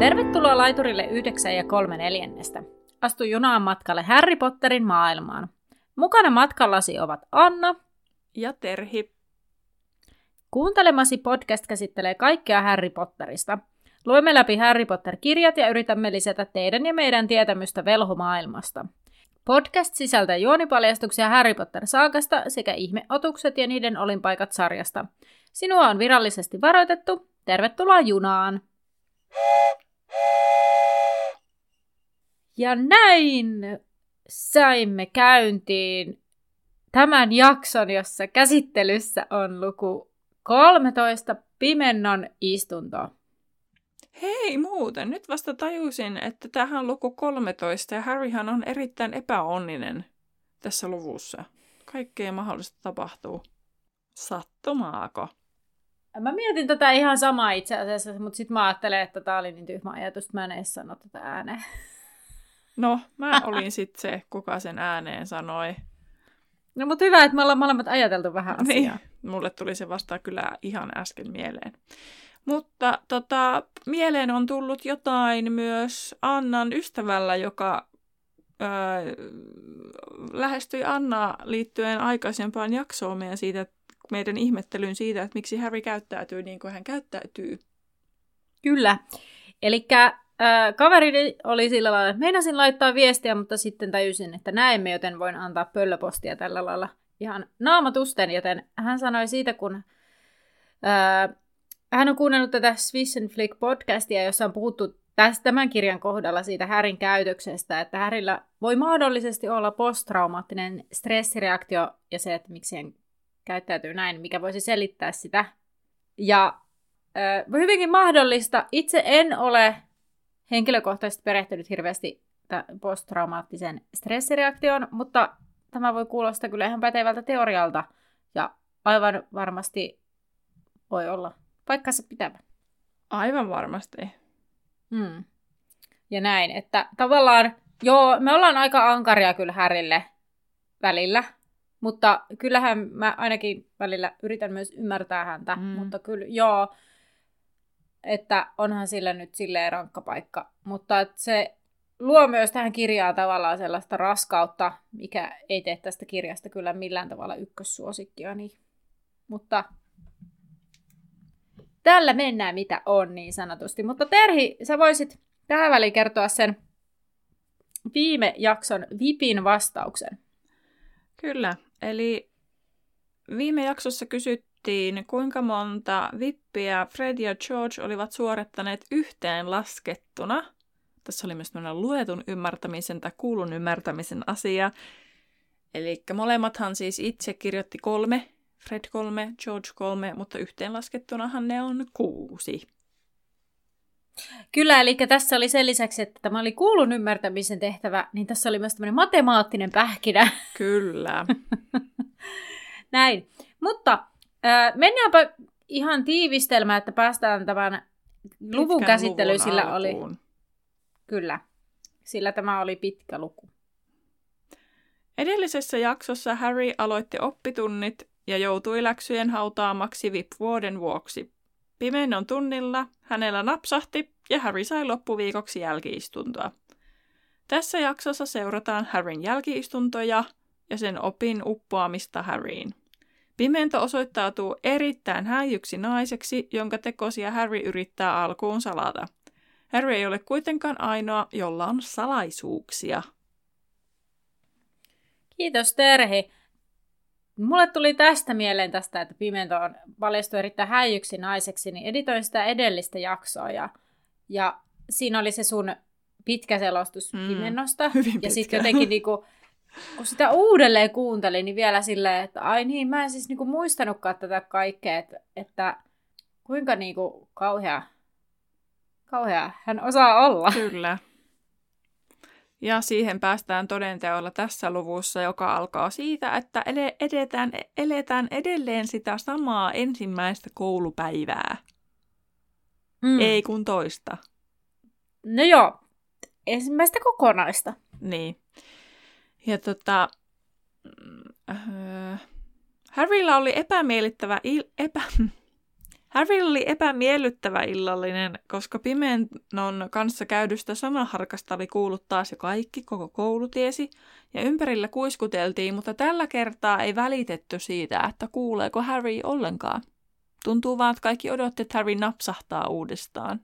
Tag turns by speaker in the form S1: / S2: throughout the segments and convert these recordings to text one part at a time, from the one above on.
S1: Tervetuloa laiturille 9 ja 3/4. Astu junaan matkalle Harry Potterin maailmaan. Mukana matkallasi ovat Anna
S2: ja Terhi.
S1: Kuuntelemasi podcast käsittelee kaikkea Harry Potterista. Luemme läpi Harry Potter-kirjat ja yritämme lisätä teidän ja meidän tietämystä velhomaailmasta. Podcast sisältää juonipaljastuksia Harry Potter-saagasta sekä ihmeotukset ja niiden olinpaikat sarjasta. Sinua on virallisesti varoitettu. Tervetuloa junaan! Ja näin saimme käyntiin tämän jakson, jossa käsittelyssä on luku 13, Pimennon istunto.
S2: Hei muuten, nyt vasta tajusin, että tämähän on luku 13 ja Harryhan on erittäin epäonninen tässä luvussa. Kaikkea mahdollista tapahtuu. Sattumaako?
S1: Mä mietin tätä ihan samaa itse asiassa, mutta sitten mä ajattelen, että tää oli niin tyhmä ajatus, että mä en edes sano tätä ääneen.
S2: No, mä olin sitten se, kuka sen ääneen sanoi.
S1: No, mutta hyvä, että me ollaan molemmat ajateltu vähän asiaa.
S2: Niin, mulle tuli se vasta kyllä ihan äsken mieleen. Mutta mieleen on tullut jotain myös Annan ystävällä, joka lähestyi Annaa liittyen aikaisempaan jaksoon meidän ihmettelyyn siitä, että miksi Harry käyttäytyy niin kuin hän käyttäytyy.
S1: Kyllä. Elikkä kaveri oli sillä lailla, että meinasin laittaa viestiä, mutta sitten tajusin, että näemme, joten voin antaa pöllöpostia tällä lailla ihan naamatusten, joten hän sanoi siitä, kun hän on kuunnellut tätä Swish and Flick podcastia, jossa on puhuttu tämän kirjan kohdalla siitä Harryn käytöksestä, että Harryllä voi mahdollisesti olla posttraumaattinen stressireaktio ja se, että miksi hän käyttäytyy näin, mikä voisi selittää sitä. Ja hyvinkin mahdollista. Itse en ole henkilökohtaisesti perehtynyt hirveästi posttraumaattiseen stressireaktioon, mutta tämä voi kuulostaa kyllä ihan pätevältä teorialta ja aivan varmasti voi olla paikkansa pitävä.
S2: Aivan varmasti.
S1: Ja näin, että tavallaan, joo, me ollaan aika ankaria kyllä Harrylle välillä, mutta kyllähän mä ainakin välillä yritän myös ymmärtää häntä, mutta kyllä joo, että onhan sillä nyt silleen rankka paikka, mutta että se luo myös tähän kirjaan tavallaan sellaista raskautta, mikä ei tee tästä kirjasta kyllä millään tavalla ykkössuosikkia, niin. Mutta tällä mennään mitä on niin sanotusti. Mutta Terhi, sä voisit tähän väliin kertoa sen viime jakson VIPin vastauksen.
S2: Kyllä, eli viime jaksossa kysyttiin, kuinka monta VIPiä Fred ja George olivat suorittaneet yhteen laskettuna. Tässä oli myös tämmöinen luetun ymmärtämisen tai kuulun ymmärtämisen asia. Eli molemmathan siis itse kirjoitti 3, Fred 3, George 3, mutta yhteenlaskettunahan ne on 6.
S1: Kyllä, eli tässä oli sen lisäksi, että tämä oli kuulun ymmärtämisen tehtävä, niin tässä oli myös tämmöinen matemaattinen pähkinä.
S2: Kyllä.
S1: Näin. Mutta mennäänpä ihan tiivistelmään, että päästään tämän luvun käsittelyyn. Sillä oli. Kyllä, sillä tämä oli pitkä luku.
S2: Edellisessä jaksossa Harry aloitti oppitunnit ja joutui läksyjen hautaamaksi VIP-vuoden vuoksi. Pimennon tunnilla hänellä napsahti ja Harry sai loppuviikoksi jälki-istuntoa. Tässä jaksossa seurataan Harryn jälki-istuntoja ja sen opin uppoamista Harryin. Pimento osoittautuu erittäin häijyksi naiseksi, jonka tekosia Harry yrittää alkuun salata. Harry ei ole kuitenkaan ainoa, jolla on salaisuuksia.
S1: Kiitos Terhi. Mulle tuli tästä mieleen että Pimento on paljastui erittäin häijyksi naiseksi, niin editoin sitä edellistä jaksoa ja siinä oli se sun pitkä selostus Pimennosta. Ja sitten jotenkin niinku, kun sitä uudelleen kuuntelin, niin vielä silleen, että ai niin, mä en siis niinku muistanutkaan tätä kaikkea, että kuinka niinku kauhea hän osaa olla.
S2: Kyllä. Ja siihen päästään todenteolla tässä luvussa, joka alkaa siitä, että eletään edelleen sitä samaa ensimmäistä koulupäivää. Ei kun toista.
S1: No joo, ensimmäistä kokonaista.
S2: Niin. Ja Harrylla oli epämiellyttävä Harrylla oli epämiellyttävä illallinen, koska Pimenon kanssa käydystä sanaharkasta oli kuullut taas jo kaikki, koko koulu tiesi, ja ympärillä kuiskuteltiin, mutta tällä kertaa ei välitetty siitä, että kuuleeko Harry ollenkaan. Tuntuu vaan, että kaikki odotti, että Harry napsahtaa uudestaan.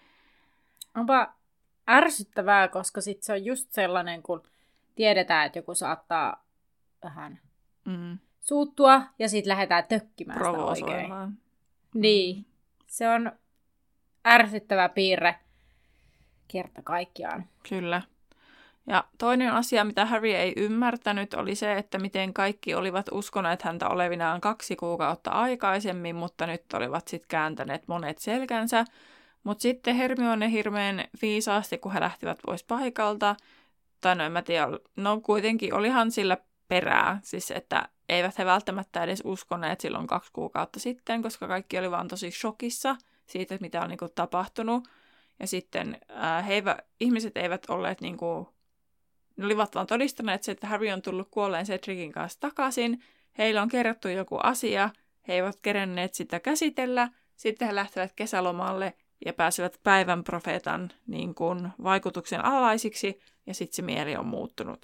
S1: Onpa ärsyttävää, koska sit se on just sellainen, kun tiedetään, että joku saattaa vähän suuttua, ja sitten lähdetään tökkimään sitä oikein. Niin, se on ärsyttävä piirre kerta kaikkiaan.
S2: Kyllä. Ja toinen asia, mitä Harry ei ymmärtänyt, oli se, että miten kaikki olivat uskoneet häntä olevinaan 2 kuukautta aikaisemmin, mutta nyt olivat sitten kääntäneet monet selkänsä. Mutta sitten Hermione hirveän viisaasti, kun he lähtivät pois paikalta, tai no en mä tiedä, no kuitenkin olihan sillä perää, siis että eivät he välttämättä edes uskoneet silloin 2 kuukautta sitten, koska kaikki oli vaan tosi shokissa siitä, mitä on niinku tapahtunut. Ja sitten ihmiset eivät olleet niinku, ne olivat vaan todistaneet se, että Harry on tullut kuolleen Cedricin kanssa takaisin. Heillä on kerrottu joku asia, he eivät kerenneet sitä käsitellä. Sitten he lähtevät kesälomalle ja pääsevät päivän profeetan niin kuin vaikutuksen alaisiksi, ja sitten se mieli on muuttunut.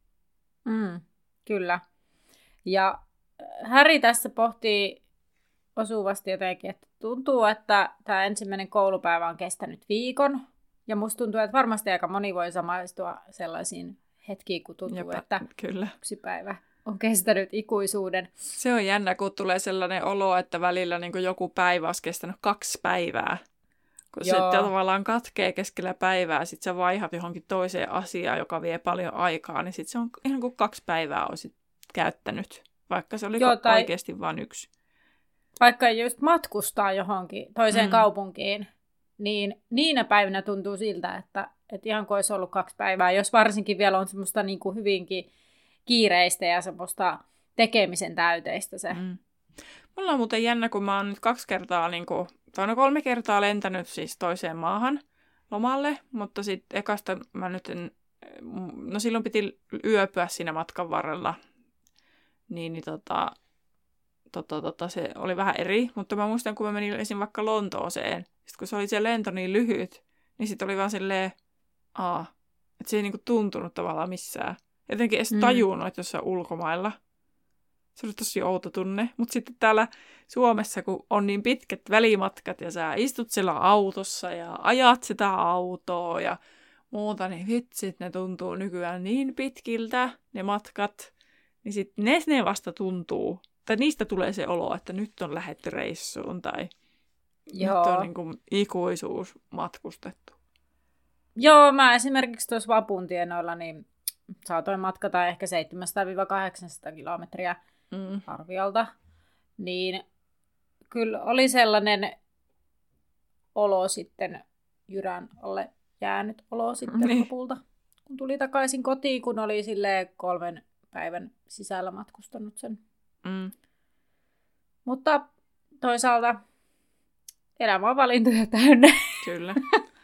S1: Kyllä. Ja Harry tässä pohtii osuvasti jotenkin, että tuntuu, että tämä ensimmäinen koulupäivä on kestänyt viikon. Ja musta tuntuu, että varmasti aika moni voi samaistua sellaisiin hetkiin, kun tuntuu, että
S2: kyllä.
S1: Yksi päivä on kestänyt ikuisuuden.
S2: Se on jännä, kun tulee sellainen olo, että välillä niin kuin joku päivä olisi kestänyt 2 päivää. Kun se tavallaan katkee keskellä päivää, sitten sä vaihat johonkin toiseen asiaan, joka vie paljon aikaa, niin sitten se on ihan kuin 2 päivää olisit käyttänyt, vaikka se oli oikeasti vain 1.
S1: Vaikka just matkustaa johonkin toiseen kaupunkiin, niin niinä päivinä tuntuu siltä, että ihan kuin olisi ollut 2 päivää, jos varsinkin vielä on semmoista niin kuin hyvinkin kiireistä ja semmoista tekemisen täyteistä se.
S2: Mulla on muuten jännä, kun mä oon nyt 2 kertaa, tai 3 kertaa lentänyt siis toiseen maahan lomalle, mutta sitten ekasta mä nyt no silloin piti yöpyä siinä matkan varrella, se oli vähän eri, mutta mä muistan, kun mä menin esim. Vaikka Lontooseen, sit kun se oli se lento niin lyhyt, niin sit oli vaan silleen, että se ei niinku tuntunut tavallaan missään. Jotenkin edes tajunnut jossain ulkomailla. Se oli tosi outo tunne. Mutta sitten täällä Suomessa, kun on niin pitkät välimatkat ja sä istut siellä autossa ja ajat sitä autoa ja muuta, niin vitsit, ne tuntuu nykyään niin pitkiltä, ne matkat. Niin sitten ne vasta tuntuu. Tai niistä tulee se olo, että nyt on lähdetty reissuun tai nyt on niin kuin ikuisuus matkustettu.
S1: Joo, mä esimerkiksi tuossa Vapun tienoilla niin saatoin matkata ehkä 700-800 kilometriä arviolta. Niin kyllä oli sellainen olo sitten, jyrän alle jäänyt olo sitten lopulta. Kun tuli takaisin kotiin, kun oli silleen 3 päivän sisällä matkustanut sen. Mutta toisaalta elämä on valintoja täynnä.
S2: Kyllä.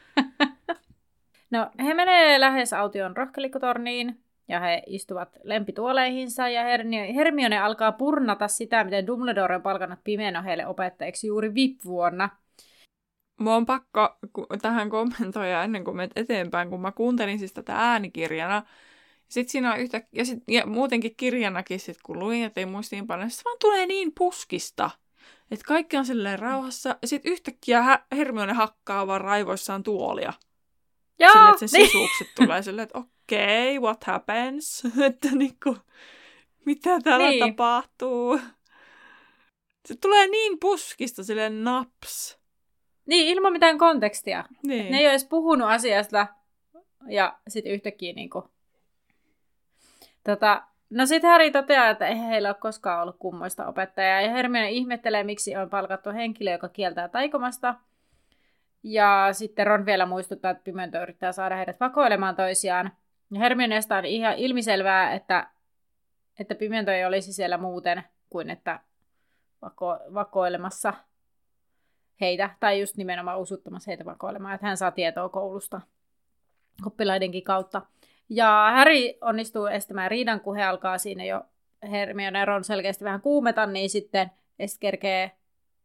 S1: No, he menee lähes aution rohkelikkotorniin ja he istuvat lempituoleihinsa ja Hermione alkaa purnata sitä, miten Dumbledore on palkannut Pimeno heille opettajiksi juuri VIP-vuonna.
S2: Mua on pakko tähän kommentoida ennen kuin menet eteenpäin, kun mä kuuntelin siis tätä äänikirjana. Sitten siinä on ja muutenkin kirjanakin, sit kun luin ja tein muistiinpanoja, se vaan tulee niin puskista, että kaikki on silleen rauhassa. Ja sitten yhtäkkiä Hermione hakkaa vaan raivoissaan tuolia.
S1: Joo,
S2: silleen, että se sisukset tulee silleen, että okei, what happens? Että niinku, mitä täällä tapahtuu? Se tulee niin puskista, silleen naps.
S1: Niin, ilman mitään kontekstia.
S2: Niin.
S1: Ne ei ole edes puhunut asiasta ja sitten yhtäkkiä niinku... No sitten Harry toteaa, että ei heillä ole koskaan ollut kummoista opettajaa. Ja Hermione ihmettelee, miksi on palkattu henkilö, joka kieltää taikomasta. Ja sitten Ron vielä muistuttaa, että Pimento yrittää saada heidät vakoilemaan toisiaan. Ja Hermioneesta on ihan ilmiselvää, että Pimento ei olisi siellä muuten kuin että vakoilemassa heitä. Tai just nimenomaan usuttamassa heitä vakoilemaan, että hän saa tietoa koulusta oppilaidenkin kautta. Ja Harry onnistuu estämään riidan, kun he alkaa siinä jo Hermione ja Ron selkeästi vähän kuumeta, niin sitten kerkee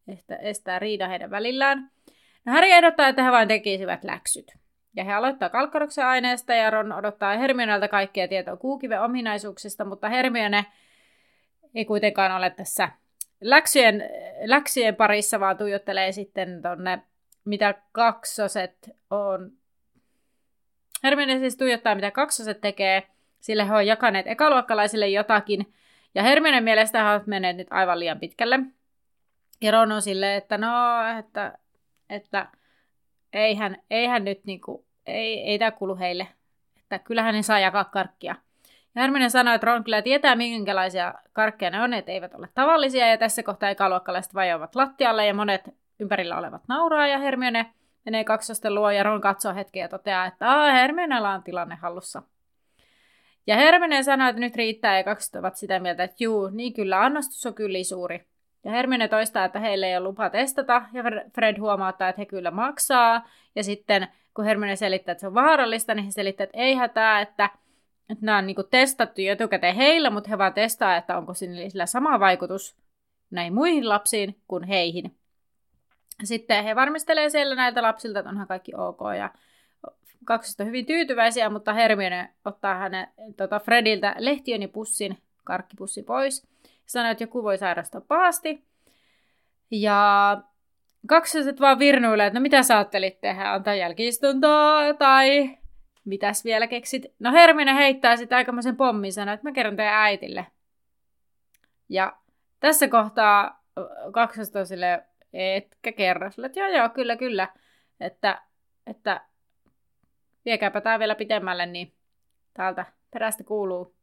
S1: estää riida heidän välillään. No Harry ehdottaa, että he vain tekisivät läksyt. Ja he aloittaa kalkkaroksen aineesta ja Ron odottaa Hermionelta kaikkia tietoa kuukiven ominaisuuksista, mutta Hermione ei kuitenkaan ole tässä läksyjen parissa, vaan tuijottelee sitten tonne, mitä kaksoset on. Hermione siis tuijottaa, mitä kaksoset tekee, sillä he on jakaneet ekaluokkalaisille jotakin. Ja Hermione mielestä he ovat menneet nyt aivan liian pitkälle. Ja Ron on silleen, että että eihän nyt niinku, ei tää kuulu heille. Että kyllähän ne saa jakaa karkkia. Ja Hermione sanoi, että Ron kyllä tietää, minkälaisia karkkeja ne on, että eivät ole tavallisia. Ja tässä kohtaa ekaluokkalaiset vajoavat lattialle ja monet ympärillä olevat nauraa. Ja Hermione menee kaksosten luo ja Ron katsoo hetken ja toteaa, että Hermionella on tilanne hallussa. Ja Hermione sanoo, että nyt riittää ja kakset ovat sitä mieltä, että juu, niin kyllä, annostus on kyllä suuri. Ja Hermione toistaa, että heille ei ole lupa testata, ja Fred huomauttaa, että he kyllä maksaa. Ja sitten kun Hermione selittää, että se on vaarallista, niin he selittää, että ei hätää, että nämä on niinku testattu jo etukäteen heillä, mutta he vaan testaa, että onko sillä sama vaikutus näihin muihin lapsiin kuin heihin. Sitten he varmistelee siellä näiltä lapsilta, että onhan kaikki ok, ja kaksoset on hyvin tyytyväisiä, mutta Hermione ottaa hänen Frediltä lehtiön ja karkkipussi pois. Sanoi, että joku voi sairastaa pahasti. Ja kaksoset vaan virnuilee, että no mitä sä ajattelit tehdä, antaa jälki-istuntoa tai mitäs vielä keksit. No Hermione heittää sitten aikamoisen pommin, sanoi, että mä kerron teidän äitille. Ja tässä kohtaa kaksoset on silleen, etkä kerro. Sille, että joo, kyllä. Että viekääpä tää vielä pitemmälle, niin täältä perästä kuuluu.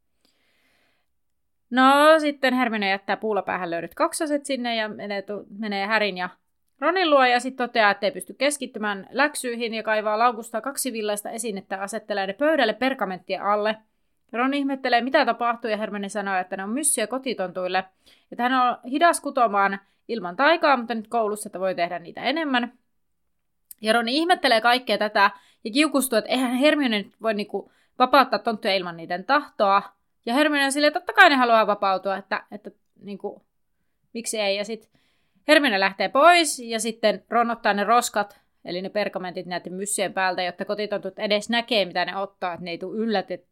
S1: No, sitten Hermione jättää puulapäähän löydyt kaksoset sinne ja menee Harryn ja Ronin luo ja sitten toteaa, että ei pysty keskittymään läksyihin ja kaivaa laukusta 2 villaista esinettä asettelee ne pöydälle pergamenttien alle. Ron ihmettelee, mitä tapahtuu ja Hermione sanoo, että ne on myssyjä kotitontuille. Että hän on hidas kutomaan ilman taikaa, mutta nyt koulussa että voi tehdä niitä enemmän. Ja Ron ihmettelee kaikkea tätä ja kiukustuu, että eihän Hermione nyt voi niinku vapauttaa tonttuja ilman niiden tahtoa. Ja Hermione on silleen, että totta kai ne haluaa vapautua, että niinku, miksi ei. Ja sitten Hermione lähtee pois ja sitten Ron ottaa ne roskat, eli ne pergamentit näiden myssyjen päältä, jotta kotitontut edes näkee, mitä ne ottaa, että ne ei tule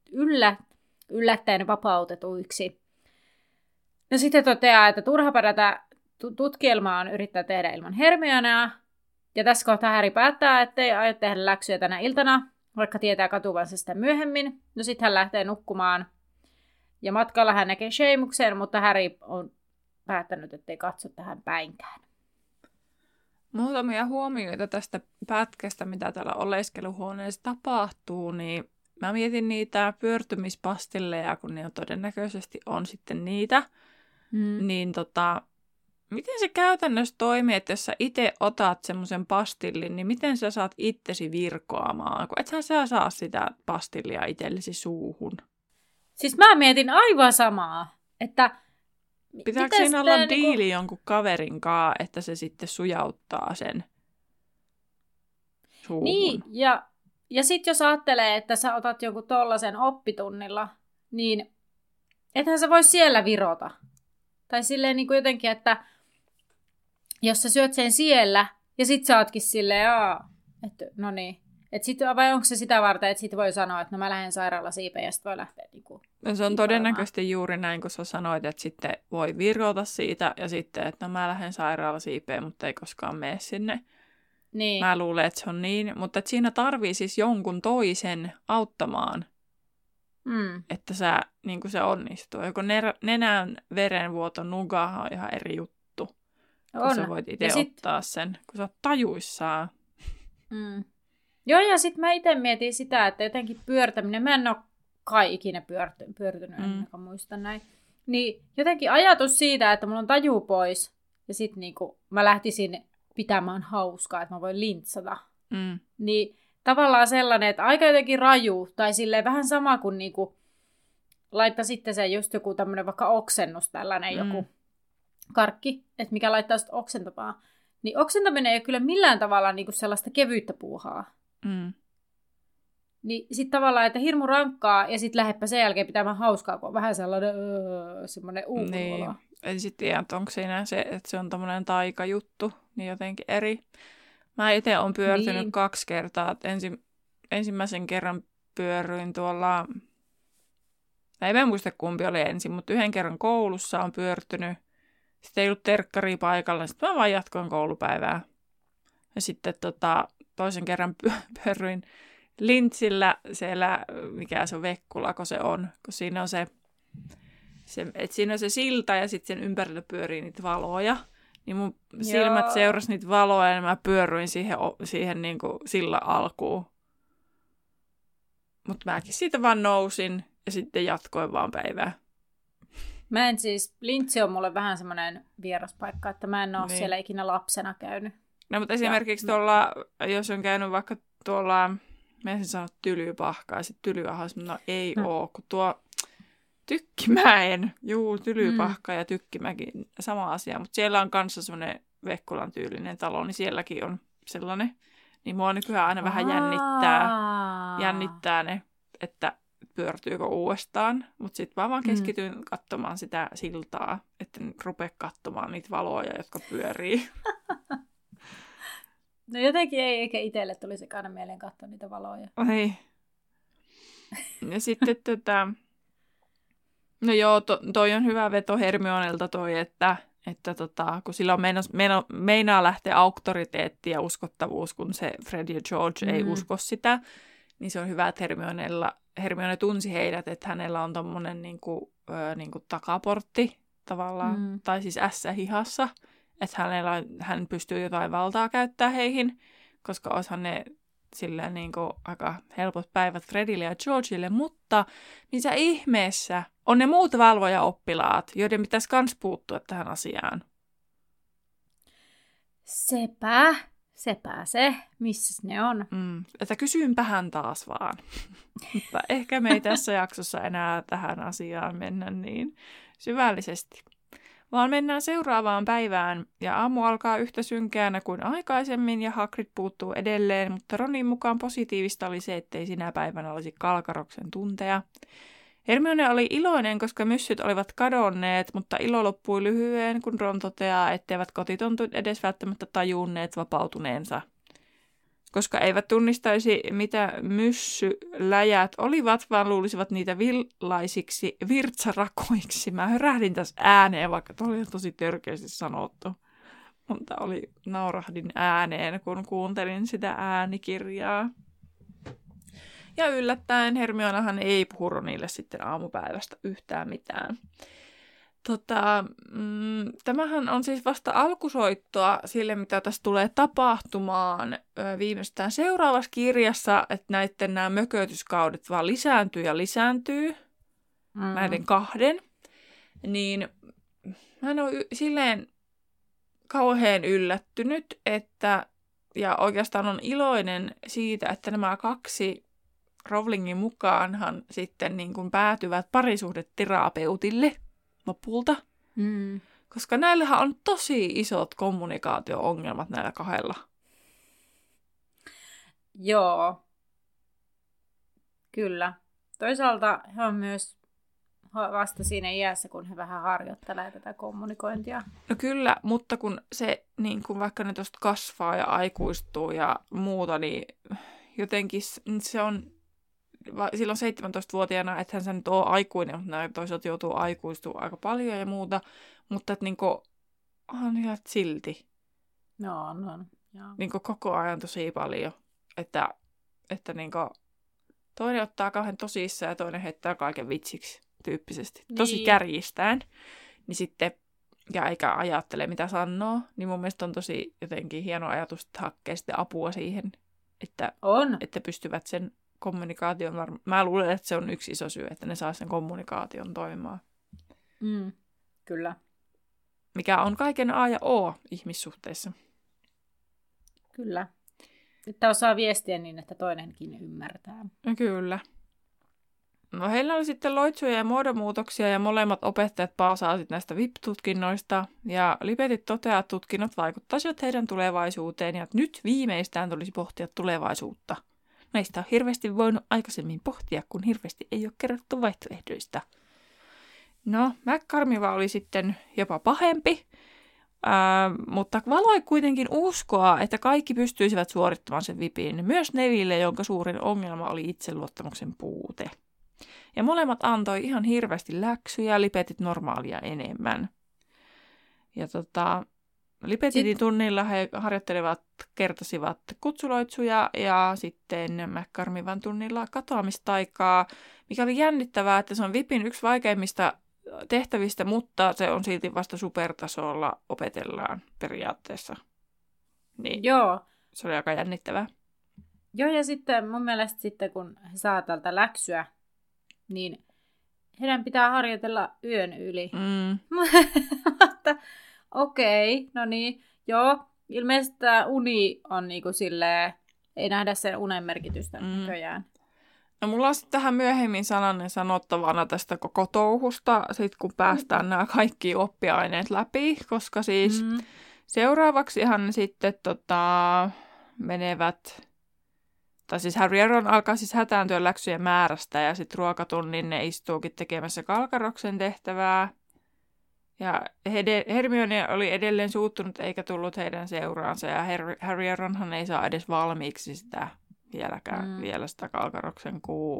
S1: yllättäen vapautetuiksi. No sitten toteaa, että turhapa tätä tutkielmaa yrittää tehdä ilman Hermionea. Ja tässä kohtaa Harry päättää, että ei aio tehdä läksyjä tänä iltana, vaikka tietää katuvansa sitä myöhemmin. No sitten hän lähtee nukkumaan. Ja matkalla hän näkee Seamuksen, mutta Harry on päättänyt, ettei katso tähän päinkään.
S2: Muutamia huomioita tästä pätkästä, mitä täällä oleskeluhuoneessa tapahtuu, niin mä mietin niitä pyörtymispastilleja, kun ne todennäköisesti on sitten niitä. Niin miten se käytännössä toimii, että jos sä itse otat semmoisen pastillin, niin miten sä saat itsesi virkoamaan? Kun ethän sä saa sitä pastillia itsellesi suuhun.
S1: Siis mä mietin aivan samaa, että
S2: pitääkö siinä olla diili jonkun kaverin kanssa, että se sitten sujauttaa sen suuhun?
S1: Niin, ja sitten jos ajattelee, että sä otat jonkun tollasen oppitunnilla, niin ethän sä voi siellä virota. Tai silleen niin kuin jotenkin, että jos sä syöt sen siellä, ja sit sä ootkin silleen, että no niin. Että sit, vai onko se sitä varten, että sit voi sanoa, että no mä lähden sairaalasiipeen, ja sit voi lähteä niinku...
S2: No se on todennäköisesti juuri näin, kun sä sanoit, että sitten voi virota siitä, ja sitten, että no mä lähden sairaalasiipeen, mutta ei koskaan mene sinne.
S1: Niin.
S2: Mä luulen, että se on niin, mutta että siinä tarvii siis jonkun toisen auttamaan, että sä, niin kuin se onnistuu. Joko nenän verenvuoto nugahan on ihan eri juttu, kun sä voit itse ottaa sen, kun sä oot tajuissaan.
S1: Joo, ja sitten mä itse mietin sitä, että jotenkin pyörtäminen, mä en ole kai ikinä pyörtynyt, enkä muista näin. Niin jotenkin ajatus siitä, että mulla on taju pois, ja sitten niinku mä lähtisin pitämään hauskaa, että mä voin lintsata. Niin tavallaan sellainen, että aika jotenkin raju, tai silleen vähän sama kuin niinku laittaa sitten se just joku tämmöinen vaikka oksennus, tällainen joku karkki, että mikä laittaa sitten oksentamaan. Niin oksentaminen ei ole kyllä millään tavalla niinku sellaista kevyyttä puuhaa. Niin sit tavallaan, että hirmu rankkaa ja sit lähdepä sen jälkeen pitämään hauskaa, kun on vähän sellainen semmoinen uupuolo.
S2: Niin. En sitten tiedä, onko siinä se, että se on tommoinen taikajuttu, niin jotenkin eri. Mä itse olen pyörtynyt 2 kertaa. Ensimmäisen kerran pyörryin tuolla, en muista kumpi oli ensin, mutta 1 kerran koulussa on pyörtynyt. Sitten ei ollut terkkaria paikalla, sitten mä vaan jatkoin koulupäivää. Ja sitten toisen kerran pyörryin Lintsillä siellä, mikä se on, Vekkulako se on, kun siinä on että siinä on se silta ja sitten sen ympärillä pyörii niitä valoja. Niin mun silmät seurasi niitä valoja ja mä pyörryin siihen niin kuin sillan alkuun. Mutta mäkin siitä vaan nousin ja sitten jatkoin vaan päivää.
S1: Lintsi on mulle vähän semmoinen vieras paikka, että mä en ole siellä ikinä lapsena käynyt.
S2: No mutta esimerkiksi tuolla, jos on käynyt vaikka tuolla, mä en sano Tylypahkaa ja sitten Tylyahas, no ei oo, kun tuo Tykkimäen, Tylypahka ja Tykkimäki, sama asia, mutta siellä on kanssa semmoinen Vekkulan tyylinen talo, niin sielläkin on sellainen. Niin mua nykyään aina vähän jännittää ne, että pyörtyykö uudestaan. Mutta sitten vaan keskityin katsomaan sitä siltaa, että en rupea katsomaan niitä valoja, jotka pyörii.
S1: No jotenkin ei, eikä itselle tulisikaan aina mieleen katsoa niitä valoja.
S2: Ei. Ja sitten no joo, toi on hyvä veto Hermionelta toi, että kun sillä on meinaa lähteä auktoriteetti ja uskottavuus, kun se Fred ja George ei usko sitä, niin se on hyvä, että Hermione tunsi heidät, että hänellä on tommonen niinku takaportti tavallaan, tai siis ässä hihassa, että hän pystyy jotain valtaa käyttää heihin, koska olisihan ne sillä niinku aika helpot päivät Fredille ja Georgeille, mutta missä ihmeessä on ne muut valvojaoppilaat, joiden pitäisi kans puuttua tähän asiaan.
S1: Sepä se. Missäs ne on?
S2: Että kysynpähän taas vaan. Mutta ehkä me ei tässä jaksossa enää tähän asiaan mennä niin syvällisesti. Vaan mennään seuraavaan päivään, ja aamu alkaa yhtä synkeänä kuin aikaisemmin, ja Hagrid puuttuu edelleen, mutta Ronin mukaan positiivista oli se, ettei sinä päivänä olisi Kalkaroksen tunteja. Hermione oli iloinen, koska myssyt olivat kadonneet, mutta ilo loppui lyhyen, kun Ron toteaa, etteivät kotitontut edes välttämättä tajunneet vapautuneensa. Koska eivät tunnistaisi, mitä myssyläjät olivat, vaan luulisivat niitä villaisiksi virtsarakoiksi. Mä hörähdin tässä ääneen, vaikka toi oli tosi törkeästi sanottu. Mutta naurahdin ääneen, kun kuuntelin sitä äänikirjaa. Ja yllättäen Hermionahan ei puhu Ronille sitten aamupäivästä yhtään mitään. Tämähän on siis vasta alkusoittoa sille, mitä tässä tulee tapahtumaan viimeistään seuraavassa kirjassa, että nämä mökötyskaudet vaan lisääntyy näiden 2. Niin mä en ole silleen kauhean yllättynyt, ja oikeastaan on iloinen siitä, että nämä 2 Rowlingin mukaanhan sitten niin kuin päätyvät parisuhdeterapeutille lopulta. Koska näillähän on tosi isot kommunikaatio-ongelmat näillä 2.
S1: Joo. Kyllä. Toisaalta he on myös vasta siinä iässä, kun he vähän harjoittelee tätä kommunikointia.
S2: No kyllä, mutta kun se, niin kun vaikka ne tuosta kasvaa ja aikuistuu ja muuta, niin jotenkin se on silloin 17-vuotiaana, että hän nyt ole aikuinen, mutta toisaalta joutuu aikuistumaan aika paljon ja muuta, mutta että niinku, on ihan silti.
S1: No.
S2: Niinku koko ajan tosi paljon, että niinku, toinen ottaa kauhean tosissaan ja toinen heittää kaiken vitsiksi tyyppisesti. Tosi kärjistäen. Niin sitten, ja eikä ajattele mitä sanoo, niin mun mielestä on tosi jotenkin hieno ajatus, että hakee sitten apua siihen, että pystyvät sen kommunikaation, mä luulen, että se on yksi iso syy, että ne saa sen kommunikaation toimimaan.
S1: Kyllä.
S2: Mikä on kaiken A ja O ihmissuhteissa.
S1: Kyllä. Että osaa viestiä niin, että toinenkin ymmärtää.
S2: No kyllä. No heillä oli sitten loitsuja ja muodonmuutoksia ja molemmat opettajat paasaasivat näistä VIP-tutkinnoista. Ja Lipetit toteaa, että tutkinnot vaikuttaisivat heidän tulevaisuuteen ja nyt viimeistään tulisi pohtia tulevaisuutta. Meistä on hirveästi voinut aikaisemmin pohtia, kun hirveästi ei ole kerrottu vaihtoehdoista. No, McCormiva oli sitten jopa pahempi, mutta valoi kuitenkin uskoa, että kaikki pystyisivät suorittamaan sen vipin. Myös Neville, jonka suurin ongelma oli itseluottamuksen puute. Ja molemmat antoi ihan hirveästi läksyjä, Lipetit normaalia enemmän. Ja Lipetitin tunnilla he kertasivat kutsuloitsuja ja sitten McCormivan tunnilla katoamistaikaa, mikä oli jännittävää, että se on vipin yksi vaikeimmista tehtävistä, mutta se on silti vasta supertasolla opetellaan periaatteessa. Niin.
S1: Joo.
S2: Se oli aika jännittävää.
S1: Joo, ja sitten mun mielestä sitten, kun he saa tältä läksyä, niin heidän pitää harjoitella yön yli. Mutta okei, no niin, joo. Ilmeisesti tämä uni on niinku silleen, ei nähdä sen unen merkitystä näköjään.
S2: No mulla on sitten tähän myöhemmin sananen sanottavana tästä koko touhusta, sit kun päästään nämä kaikki oppiaineet läpi, koska siis seuraavaksihan ne sitten menevät, tai siis Harry ja Ron alkaa siis hätääntyä läksyjen määrästä ja sitten ruokatunnin ne istuukin tekemässä Kalkaroksen tehtävää. Ja Hermione oli edelleen suuttunut eikä tullut heidän seuraansa ja Harry ja Ronhan ei saa edes valmiiksi sitä vielä sitä Kalkaroksen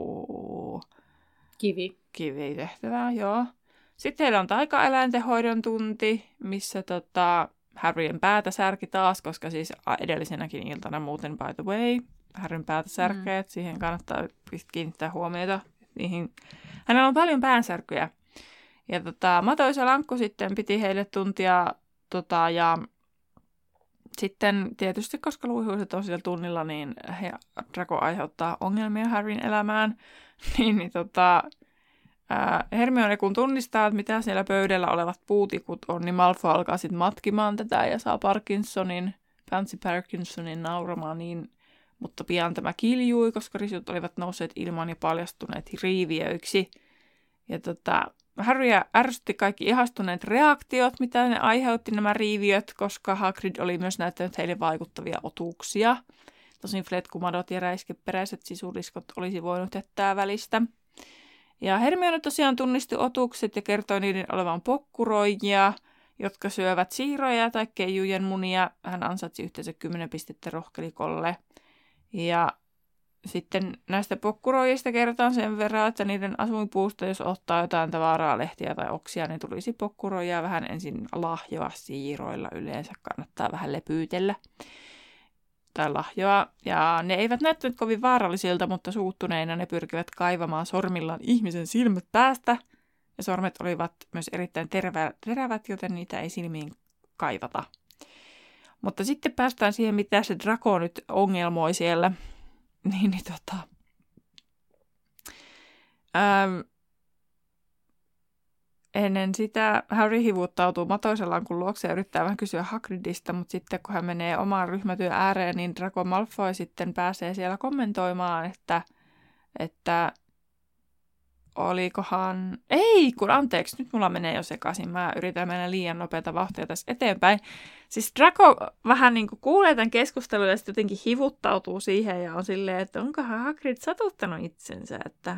S2: kivitehtävää, joo. Sitten heillä on taikaeläinten hoidon tunti, missä Harryn päätä särki taas, koska siis edellisenäkin iltana muuten by the way, Harryn päätä särkee, että siihen kannattaa kiinnittää huomiota. Hänellä on paljon päänsärkyjä. Ja Matois ja Lankku sitten piti heille tuntia ja sitten tietysti, koska luihuiset on siellä tunnilla, niin Draco aiheuttaa ongelmia Harryn elämään. Hermione kun tunnistaa, että mitä siellä pöydällä olevat puutikut on, niin Malfoy alkaa sitten matkimaan tätä ja saa Pansy Parkinsonin nauramaan niin, mutta pian tämä kiljui, koska risut olivat nousseet ilmaan ja paljastuneet riiviöiksi. Ja Harrya ärsytti kaikki ihastuneet reaktiot, mitä ne aiheutti nämä riiviöt, koska Hagrid oli myös näyttänyt heille vaikuttavia otuksia. Tosin fletkumadot ja räiskeperäiset sisuliskot olisi voinut jättää välistä. Ja Hermione tosiaan tunnisti otukset ja kertoi niiden olevan pokkuroijia, jotka syövät siiroja tai keijujen munia. Hän ansaitsi yhteensä 10 pistettä rohkelikolle. Ja sitten näistä pokkuroijista kerrotaan sen verran, että niiden asuinpuusta, jos ottaa jotain tavaraa, lehtiä tai oksia, niin tulisi pokkuroijaa vähän ensin lahjoa siiroilla. Yleensä kannattaa vähän lepyytellä tai lahjoa. Ja ne eivät näyttäneet kovin vaarallisilta, mutta suuttuneina ne pyrkivät kaivamaan sormillaan ihmisen silmät päästä. Ja sormet olivat myös erittäin terävät, joten niitä ei silmiin kaivata. Mutta sitten päästään siihen, mitä se Draco nyt ongelmoi siellä. Ennen sitä Harry hivuttautuu Matoisen Lankun luokse ja yrittää vähän kysyä Hagridista, mutta sitten kun hän menee omaan ryhmätyön ääreen, niin Draco Malfoy sitten pääsee siellä kommentoimaan, että olikohan... Anteeksi, nyt mulla menee jo sekaisin. Mä yritän mennä liian nopeata vauhtia tässä eteenpäin. Siis Draco vähän niin kuin kuulee tämän keskustelun ja sitten jotenkin hivuttautuu siihen ja on silleen, että onkohan Hagrid satuttanut itsensä, että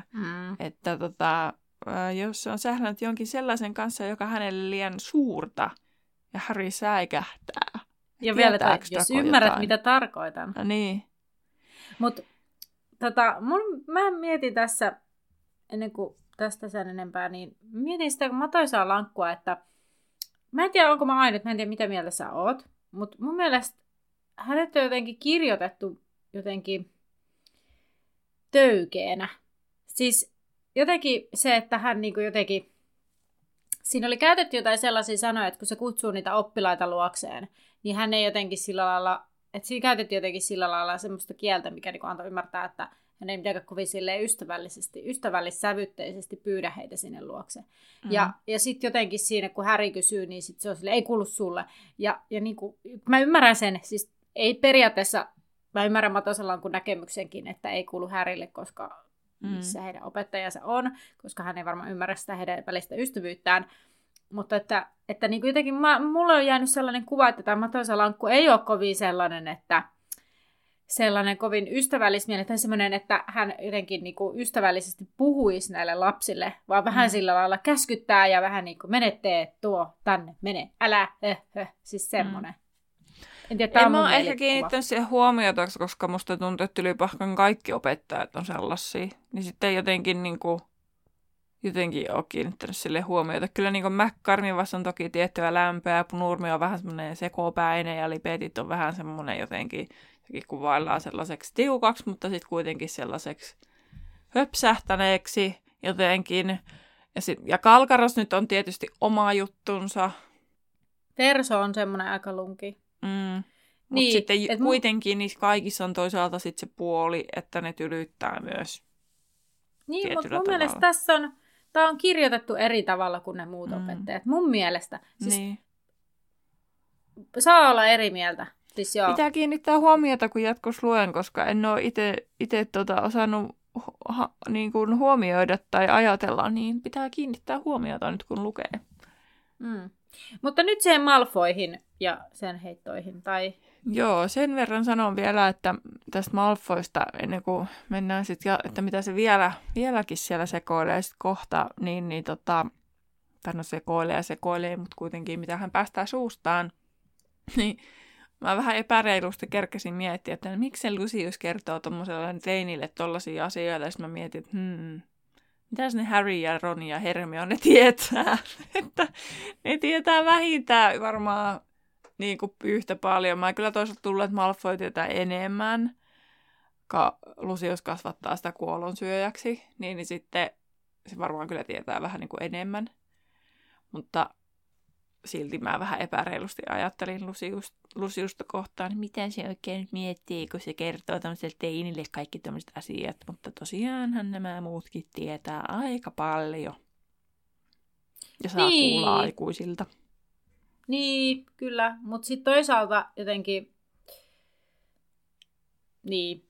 S2: jos se on sählännyt jonkin sellaisen kanssa, joka hänelle liian suurta ja Harry säikähtää.
S1: Ja vielä, jos ymmärrät, jotain. Mitä tarkoitan.
S2: No niin.
S1: Mutta mä mietin tässä, ennen kuin tästä sen enempää, niin mietin sitä, kun Matoisaa Lankkua, että mä en tiedä, onko mä ainut, mä en tiedä, mitä mieltä sä oot, mutta mun mielestä hänet on jotenkin kirjoitettu jotenkin töykeenä. Siis jotenkin se, että hän niinku jotenkin, siinä oli käytetty jotain sellaisia sanoja, että kun se kutsuu niitä oppilaita luokseen, niin hän ei jotenkin sillä lailla, että siinä käytettiin jotenkin sillä lailla semmoista kieltä, mikä niinku antoi ymmärtää, että hän ei mitenkään kovin ystävällissävytteisesti pyydä heitä sinne luokse. Mm-hmm. Ja sitten jotenkin siinä, kun Harry kysyy, niin sit se on silleen, ei kuulu sulle. Ja niinku, mä ymmärrän sen, siis ei periaatteessa, mä ymmärrän Matoisen Lankun näkemyksenkin, että ei kuulu Harrylle, koska missä heidän opettajansa on, koska hän ei varmaan ymmärrä sitä heidän välistä ystävyyttään. Mutta että niin jotenkin mulle on jäänyt sellainen kuva, että tämä Matoisen Lankku ei ole kovin sellainen, että sellainen kovin ystävällismielinen, tai semmoinen, että hän jotenkin niin kuin ystävällisesti puhuisi näille lapsille, vaan vähän sillä lailla käskyttää ja vähän niin kuin menette tuo tänne, mene, älä, siis semmoinen. En tiedä,
S2: En mä ole ehkä kiinnittänyt siihen huomiota, koska musta tuntuu, että Tylypahkan kaikki opettajat on sellaisia. Niin sitten jotenkin ole kiinnittänyt sille huomiota. Kyllä niin kuin McCarmivassa on toki tiettyä lämpöä, Nurmi on vähän semmoinen sekopäinen ja Lipetit on vähän semmoinen jotenkin kuvaillaan sellaiseksi tiukaksi, mutta sitten kuitenkin sellaiseksi höpsähtäneeksi jotenkin. Ja Kalkaros nyt on tietysti oma juttunsa.
S1: Verso on semmoinen aika lunki.
S2: Mutta niin, sitten kuitenkin niissä kaikissa on toisaalta sit se puoli, että ne tylyttää myös.
S1: Niin, mutta mun mielestä tämä on kirjoitettu eri tavalla kuin ne muut opettajat. Mun mielestä. Siis niin. Saa olla eri mieltä. Siis joo.
S2: Pitää kiinnittää huomiota, kun jatkossa luen, koska en ole itse osannut niin kuin huomioida tai ajatella, niin pitää kiinnittää huomiota nyt, kun lukee.
S1: Mutta nyt siihen Malfoyhin ja sen heittoihin, tai...
S2: Joo, sen verran sanon vielä, että tästä Malfoysta, ennen kuin mennään sitten, että mitä se vieläkin siellä sekoilee sitten kohta, tai no sekoilee, mutta kuitenkin mitä hän päästää suustaan, niin mä vähän epäreilusti kerkesin miettiä, että miksi Lucius kertoo tommoselle teinille tollaisia asioita, ja sitten mä mietin, että mitäs ne Harry ja Ron ja Hermione tietää? Että ne tietää vähintään varmaan niin kuin yhtä paljon. Mä kyllä toisaalta tullut, että Malfoy tietää enemmän, Lucius kasvattaa sitä kuolonsyöjäksi, niin sitten se varmaan kyllä tietää vähän niin kuin enemmän. Mutta silti mä vähän epäreilusti ajattelin Luciusta kohtaan, niin miten se oikein nyt miettii, kun se kertoo tämmöiselle teinille kaikki tämmöiset asiat. Mutta tosiaanhan nämä muutkin tietää aika paljon. Ja saa kuulla aikuisilta.
S1: Niin, kyllä. Mutta sitten toisaalta jotenkin... Niin,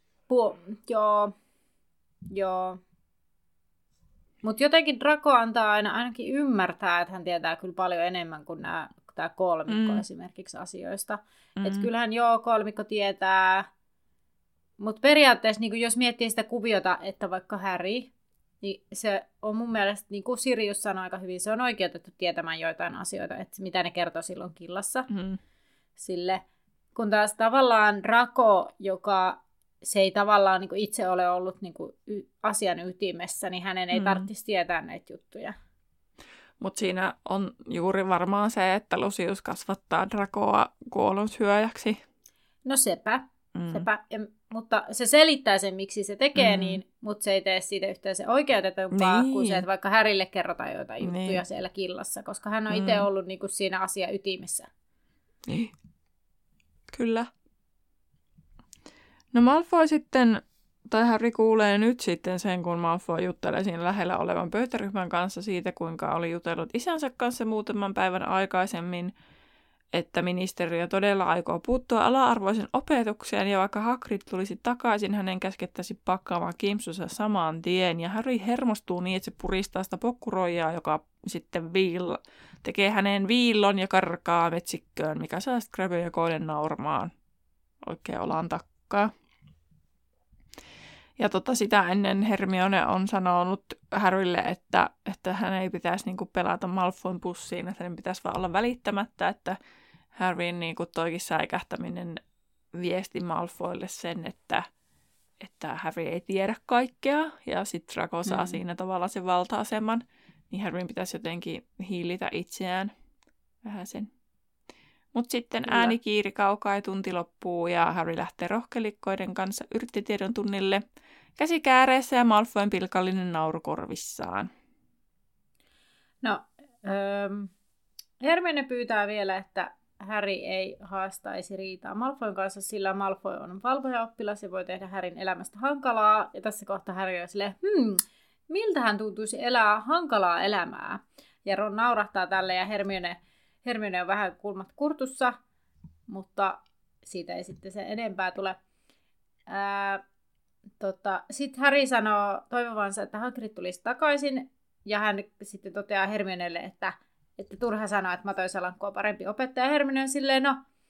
S1: joo. Mutta jotenkin Draco antaa ainakin ymmärtää, että hän tietää kyllä paljon enemmän kuin tämä kolmikko esimerkiksi asioista. Että kyllähän kolmikko tietää, mutta periaatteessa niin jos miettii sitä kuviota, että vaikka Harry, niin se on mun mielestä, niin kuin Sirius sanoi aika hyvin, se on oikeutettu tietämään joitain asioita, että mitä ne kertoo silloin killassa. Sille, kun taas tavallaan Draco, joka... se ei tavallaan niin kuin itse ole ollut niin kuin asian ytimessä, niin hänen ei tarvitsisi tietää näitä juttuja.
S2: Mutta siinä on juuri varmaan se, että Lucius kasvattaa Dracoa kuolonsyöjäksi.
S1: No sepä. Mutta se selittää sen, miksi se tekee niin, mutta se ei tee siitä yhtään se oikeutetumpaa kuin se, että vaikka Harrylle kerrotaan jotain juttuja siellä killassa, koska hän on itse ollut niin kuin siinä asian ytimessä.
S2: Niin. Kyllä. No Malfoy sitten, tai Harry kuulee nyt sitten sen, kun Malfoy juttelee siinä lähellä olevan pöytäryhmän kanssa siitä, kuinka oli jutellut isänsä kanssa muutaman päivän aikaisemmin, että ministeriö todella aikoo puuttua ala-arvoisen opetukseen, ja vaikka Hagrid tulisi takaisin, hänen käskettäisi pakkaamaan kimpsunsa saman tien, ja Harry hermostuu niin, että se puristaa sitä pokkuroijaa, joka sitten tekee hänen viillon ja karkaa metsikköön, mikä saa Scrabble ja Goylen nauramaan oikein olan takkaa. Ja sitä ennen Hermione on sanonut Harrylle, että hän ei pitäisi niinku pelata Malfoyn pussiin, että hänen pitäisi vaan olla välittämättä, että Harryn niinku toikin säikähtäminen viesti Malfoylle sen, että Harry ei tiedä kaikkea, ja sitten Draco saa siinä tavalla sen valta-aseman, niin Harryn pitäisi jotenkin hiilitä itseään vähän sen. Mutta sitten äänikiiri kaukaa ja tunti loppuu ja Harry lähtee rohkelikkoiden kanssa yrttitiedon tunnille käsi kääreessä ja Malfoyn pilkallinen nauru korvissaan. No,
S1: Hermione pyytää vielä, että Harry ei haastaisi riitaa Malfoyn kanssa, sillä Malfoy on valvojaoppilas ja voi tehdä Harryn elämästä hankalaa. Ja tässä kohtaa Harry on silleen, miltä hän tuntuisi elää hankalaa elämää? Ja Ron naurahtaa tälle ja Hermione on vähän kulmat kurtussa, mutta siitä ei sitten sen enempää tule. Sitten Harry sanoo toivovansa, että Hagrid tulisi takaisin, ja hän sitten toteaa Hermionelle, että turha sanoa, että Matoisalankku on parempi opettaja. Hermione on silleen, no,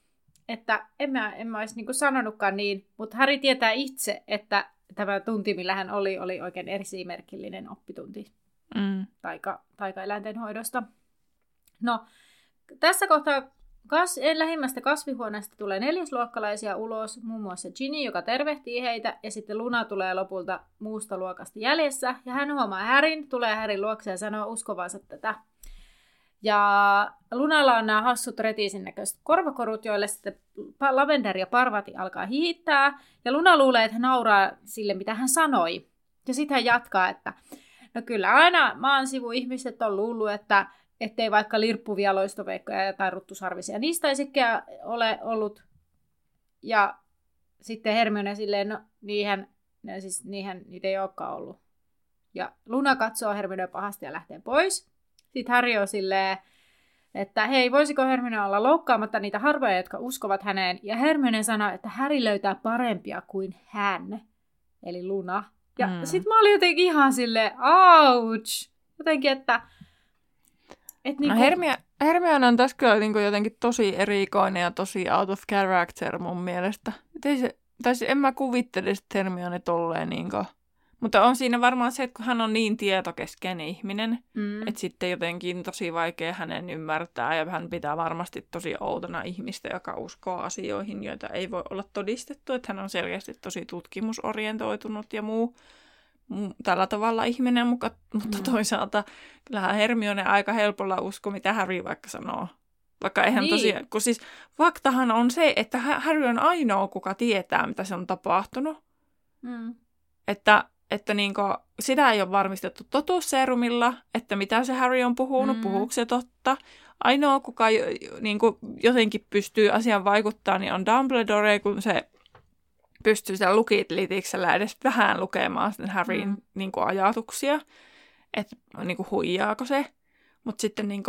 S1: että en mä olisi niin sanonutkaan niin, mutta Harry tietää itse, että tämä tunti, millä hän oli oikein esimerkillinen oppitunti taikaeläinten hoidosta. No, tässä kohtaa lähimmästä kasvihuoneesta tulee 4-luokkalaisia ulos, muun muassa Ginny, joka tervehtii heitä, ja sitten Luna tulee lopulta muusta luokasta jäljessä, ja hän huomaa Harryn, tulee Harryn luokse ja sanoo uskovansa tätä. Ja Lunalla on nämä hassut retiisin näköiset korvakorut, joille sitten Lavender ja Parvati alkaa hiittää, ja Luna luulee, että hän nauraa sille, mitä hän sanoi. Ja sitten hän jatkaa, että no kyllä aina maansivuihmiset on luullut, ettei vaikka lirppuvia loistoveikkoja tai ruttusarvisia niistä ei sikään ole ollut. Ja sitten Hermione silleen, no niitä ei olekaan ollut. Ja Luna katsoo Hermione pahasti ja lähtee pois. Sitten Harry on silleen, että hei, voisiko Hermione olla loukkaamatta niitä harvoja, jotka uskovat häneen. Ja Hermione sanoo, että Harry löytää parempia kuin hän, eli Luna. Ja sitten mä olin jotenkin ihan silleen, ouch! Jotenkin, että
S2: no Hermione on tässä kyllä niin jotenkin tosi erikoinen ja tosi out of character mun mielestä. En mä kuvittele, että Hermione tolleen niinkö. Mutta on siinä varmaan se, että kun hän on niin tietokeskeinen ihminen, että sitten jotenkin tosi vaikea hänen ymmärtää ja hän pitää varmasti tosi outona ihmistä, joka uskoo asioihin, joita ei voi olla todistettu. Että hän on selkeästi tosi tutkimusorientoitunut ja muu tällä tavalla ihminen, mutta toisaalta kyllähän Hermione aika helpolla usko, mitä Harry vaikka sanoo. Vaikka eihän tosiaan, kun siis faktahan on se, että Harry on ainoa, kuka tietää, mitä se on tapahtunut. Että niinku, sitä ei ole varmistettu totuusseerumilla, että mitä se Harry on puhunut, puhuuko se totta. Ainoa, kuka niinku, jotenkin pystyy asiaan vaikuttaa, niin on Dumbledore, kun se pystyy siellä lukilitiksellä edes vähän lukemaan sitten Harryn niinku, ajatuksia, että niinku, huijaako se. Mutta sitten niinku,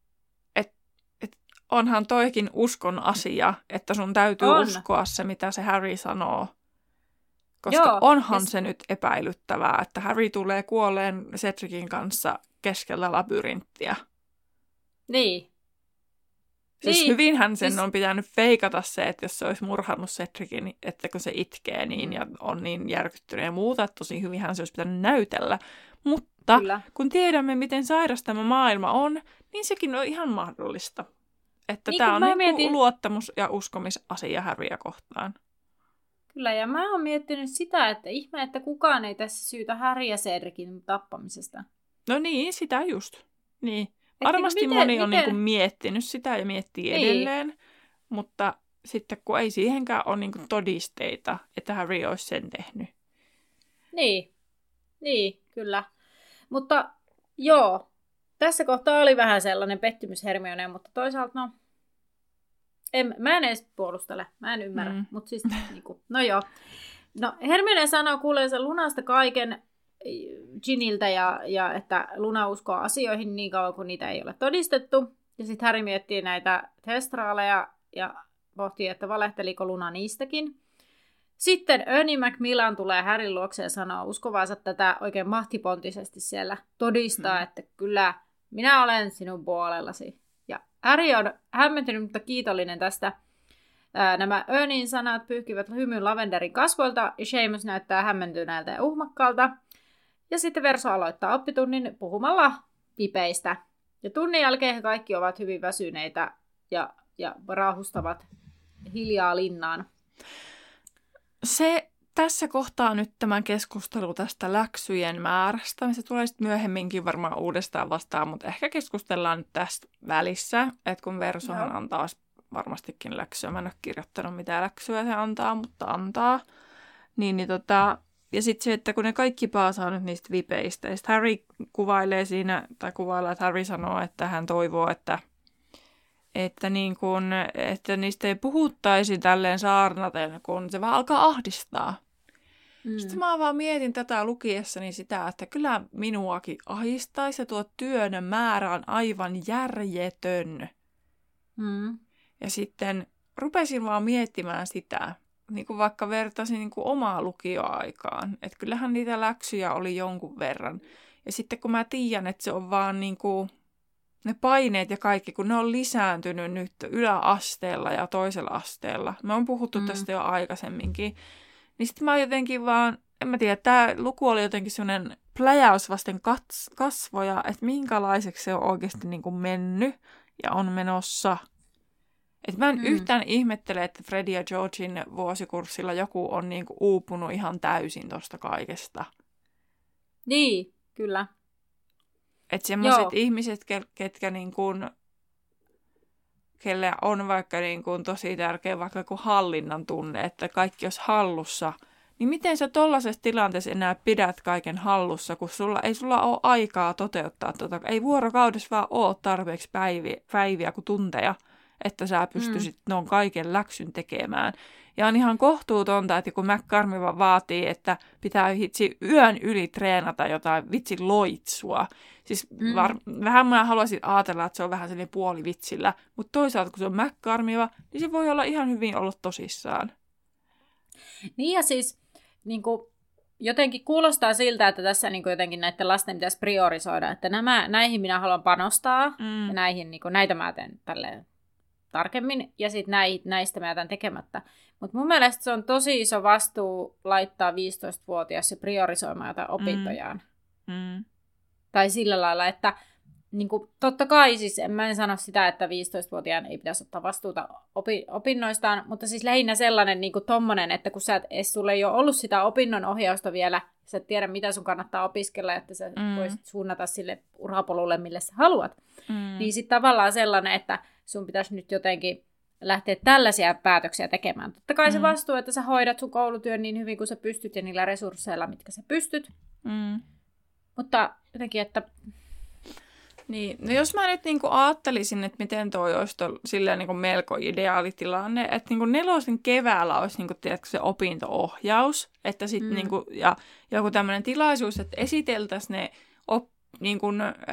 S2: onhan toikin uskon asia, että sun täytyy uskoa se, mitä se Harry sanoo. Koska onhan se nyt epäilyttävää, että Harry tulee kuolleen Cedricin kanssa keskellä labyrinttiä.
S1: Niin.
S2: Siis hyvinhän sen on pitänyt feikata se, että jos se olisi murhannut Cedricin, että kun se itkee niin ja on niin järkyttynyt ja muuta, että tosi hyvinhän se olisi pitänyt näytellä. Mutta kun tiedämme, miten sairas tämä maailma on, niin sekin on ihan mahdollista. Että niin, tämä on niin luottamus- ja uskomisasia Harryä kohtaan.
S1: Kyllä, ja mä oon miettinyt sitä, että ihme, että kukaan ei tässä syytä Harry ja Cedricin tappamisesta.
S2: No niin, sitä just. Niin. Varmasti moni on niinku miettinyt sitä ja miettii edelleen, mutta sitten kun ei siihenkään ole niinku todisteita, että Harry olisi sen tehnyt.
S1: Niin, kyllä. Mutta joo, tässä kohtaa oli vähän sellainen pettymys Hermioneen, mutta toisaalta mä en edes puolustele, mä en ymmärrä, mutta siis niinku, no joo. No Hermione sanoo kuuleensa Lunasta kaiken Giniltä ja että Luna uskoo asioihin niin kauan kuin niitä ei ole todistettu. Ja sitten Harry miettii näitä testraaleja ja pohtii, että valehteliko Luna niistäkin. Sitten Ernie Macmillan tulee Harryn luokse ja sanoo uskovansa tätä oikein mahtipontisesti siellä todistaa, että kyllä minä olen sinun puolellasi. Ja Harry on hämmentynyt, mutta kiitollinen tästä. Nämä Ernien sanat pyyhkivät hymyn Lavenderin kasvoilta ja Seamus näyttää hämmentyneeltä ja uhmakkaalta. Ja sitten Verso aloittaa oppitunnin puhumalla pipeistä. Ja tunnin jälkeen he kaikki ovat hyvin väsyneitä ja raahustavat hiljaa linnaan.
S2: Tässä kohtaa nyt tämän keskustelu tästä läksyjen määrästä. Se tulee sitten myöhemminkin varmaan uudestaan vastaan, mutta ehkä keskustellaan nyt tästä välissä. Että kun Versohan antaa varmastikin läksyä. Mä en ole kirjoittanut mitään läksyä se antaa, mutta antaa. Ja sitten se, että kun ne kaikki paasaa nyt niistä vipeistä. Ja sitten Harry kuvailee siinä, tai kuvaillaan, että Harry sanoo, että hän toivoo, että niistä ei puhuttaisi tälleen saarnaten, kun se vaan alkaa ahdistaa. Sitten mä vaan mietin tätä lukiessani sitä, että kyllä minuakin ahdistaisi ja tuo työn määrä on aivan järjetön. Ja sitten rupesin vaan miettimään sitä, niin kuin vaikka vertaisin niin kuin omaa lukioaikaan. Että kyllähän niitä läksyjä oli jonkun verran. Ja sitten kun mä tiedän, että se on vaan niin kuin ne paineet ja kaikki, kun ne on lisääntynyt nyt yläasteella ja toisella asteella. Me on puhuttu tästä jo aikaisemminkin. Niin sitten mä jotenkin vaan, en mä tiedä, tämä luku oli jotenkin semmoinen pläjäys vasten kasvoja, että minkälaiseksi se on oikeasti niin kuin mennyt ja on menossa. Että mä en yhtään ihmettele, että Freddy ja Georgin vuosikurssilla joku on niin kuin uupunut ihan täysin tosta kaikesta.
S1: Niin, kyllä.
S2: Että semmoiset ihmiset, ketkä niin kuin, kelle on vaikka niin kuin tosi tärkeä vaikka joku hallinnan tunne, että kaikki olisi hallussa, niin miten sä tollaisessa tilanteessa enää pidät kaiken hallussa, kun ei sulla ole aikaa toteuttaa tota. Ei vuorokaudessa vaan ole tarpeeksi päiviä kuin tunteja, että sä pystyisit noin kaiken läksyn tekemään. Ja on ihan kohtuutonta, että kun McCormick vaatii, että pitää vitsi yön yli treenata jotain vitsi loitsua. Siis vähän mä haluaisin ajatella, että se on vähän sellainen puolivitsillä, mutta toisaalta kun se on McCormick, niin se voi olla ihan hyvin olla tosissaan.
S1: Niin ja siis niin kuin, jotenkin kuulostaa siltä, että tässä niin kuin, jotenkin näiden lasten pitäisi priorisoida, että näihin minä haluan panostaa ja näihin, niin kuin, näitä mä teen tälleen tarkemmin ja sitten näistä mä jätän tekemättä. Mutta mun mielestä se on tosi iso vastuu laittaa 15-vuotias ja priorisoimaan jotain opintojaan. Tai sillä lailla, että niin kuin, totta kai siis mä en sano sitä, että 15-vuotiaan ei pitäisi ottaa vastuuta opinnoistaan, mutta siis lähinnä sellainen niin kuin tommonen, että kun sulla ei ole ollut sitä opinnon ohjausta vielä, sä et tiedä mitä sun kannattaa opiskella, että sä voisit suunnata sille urapolulle, mille sä haluat. Niin sitten tavallaan sellainen, että sun pitäisi nyt jotenkin lähteä tällaisia päätöksiä tekemään. Totta kai se vastuu, että sä hoidat sun koulutyön niin hyvin kuin sä pystyt ja niillä resursseilla, mitkä sä pystyt. Mutta jotenkin, että...
S2: Niin, no jos mä nyt niinku ajattelisin, että miten toi olisi silleen niinku melko ideaalitilanne, että niinku 4. keväällä olisi niinku, tiedätkö, se opinto-ohjaus, että sitten niinku, ja joku tämmöinen tilaisuus, että esiteltäisiin ne niinku,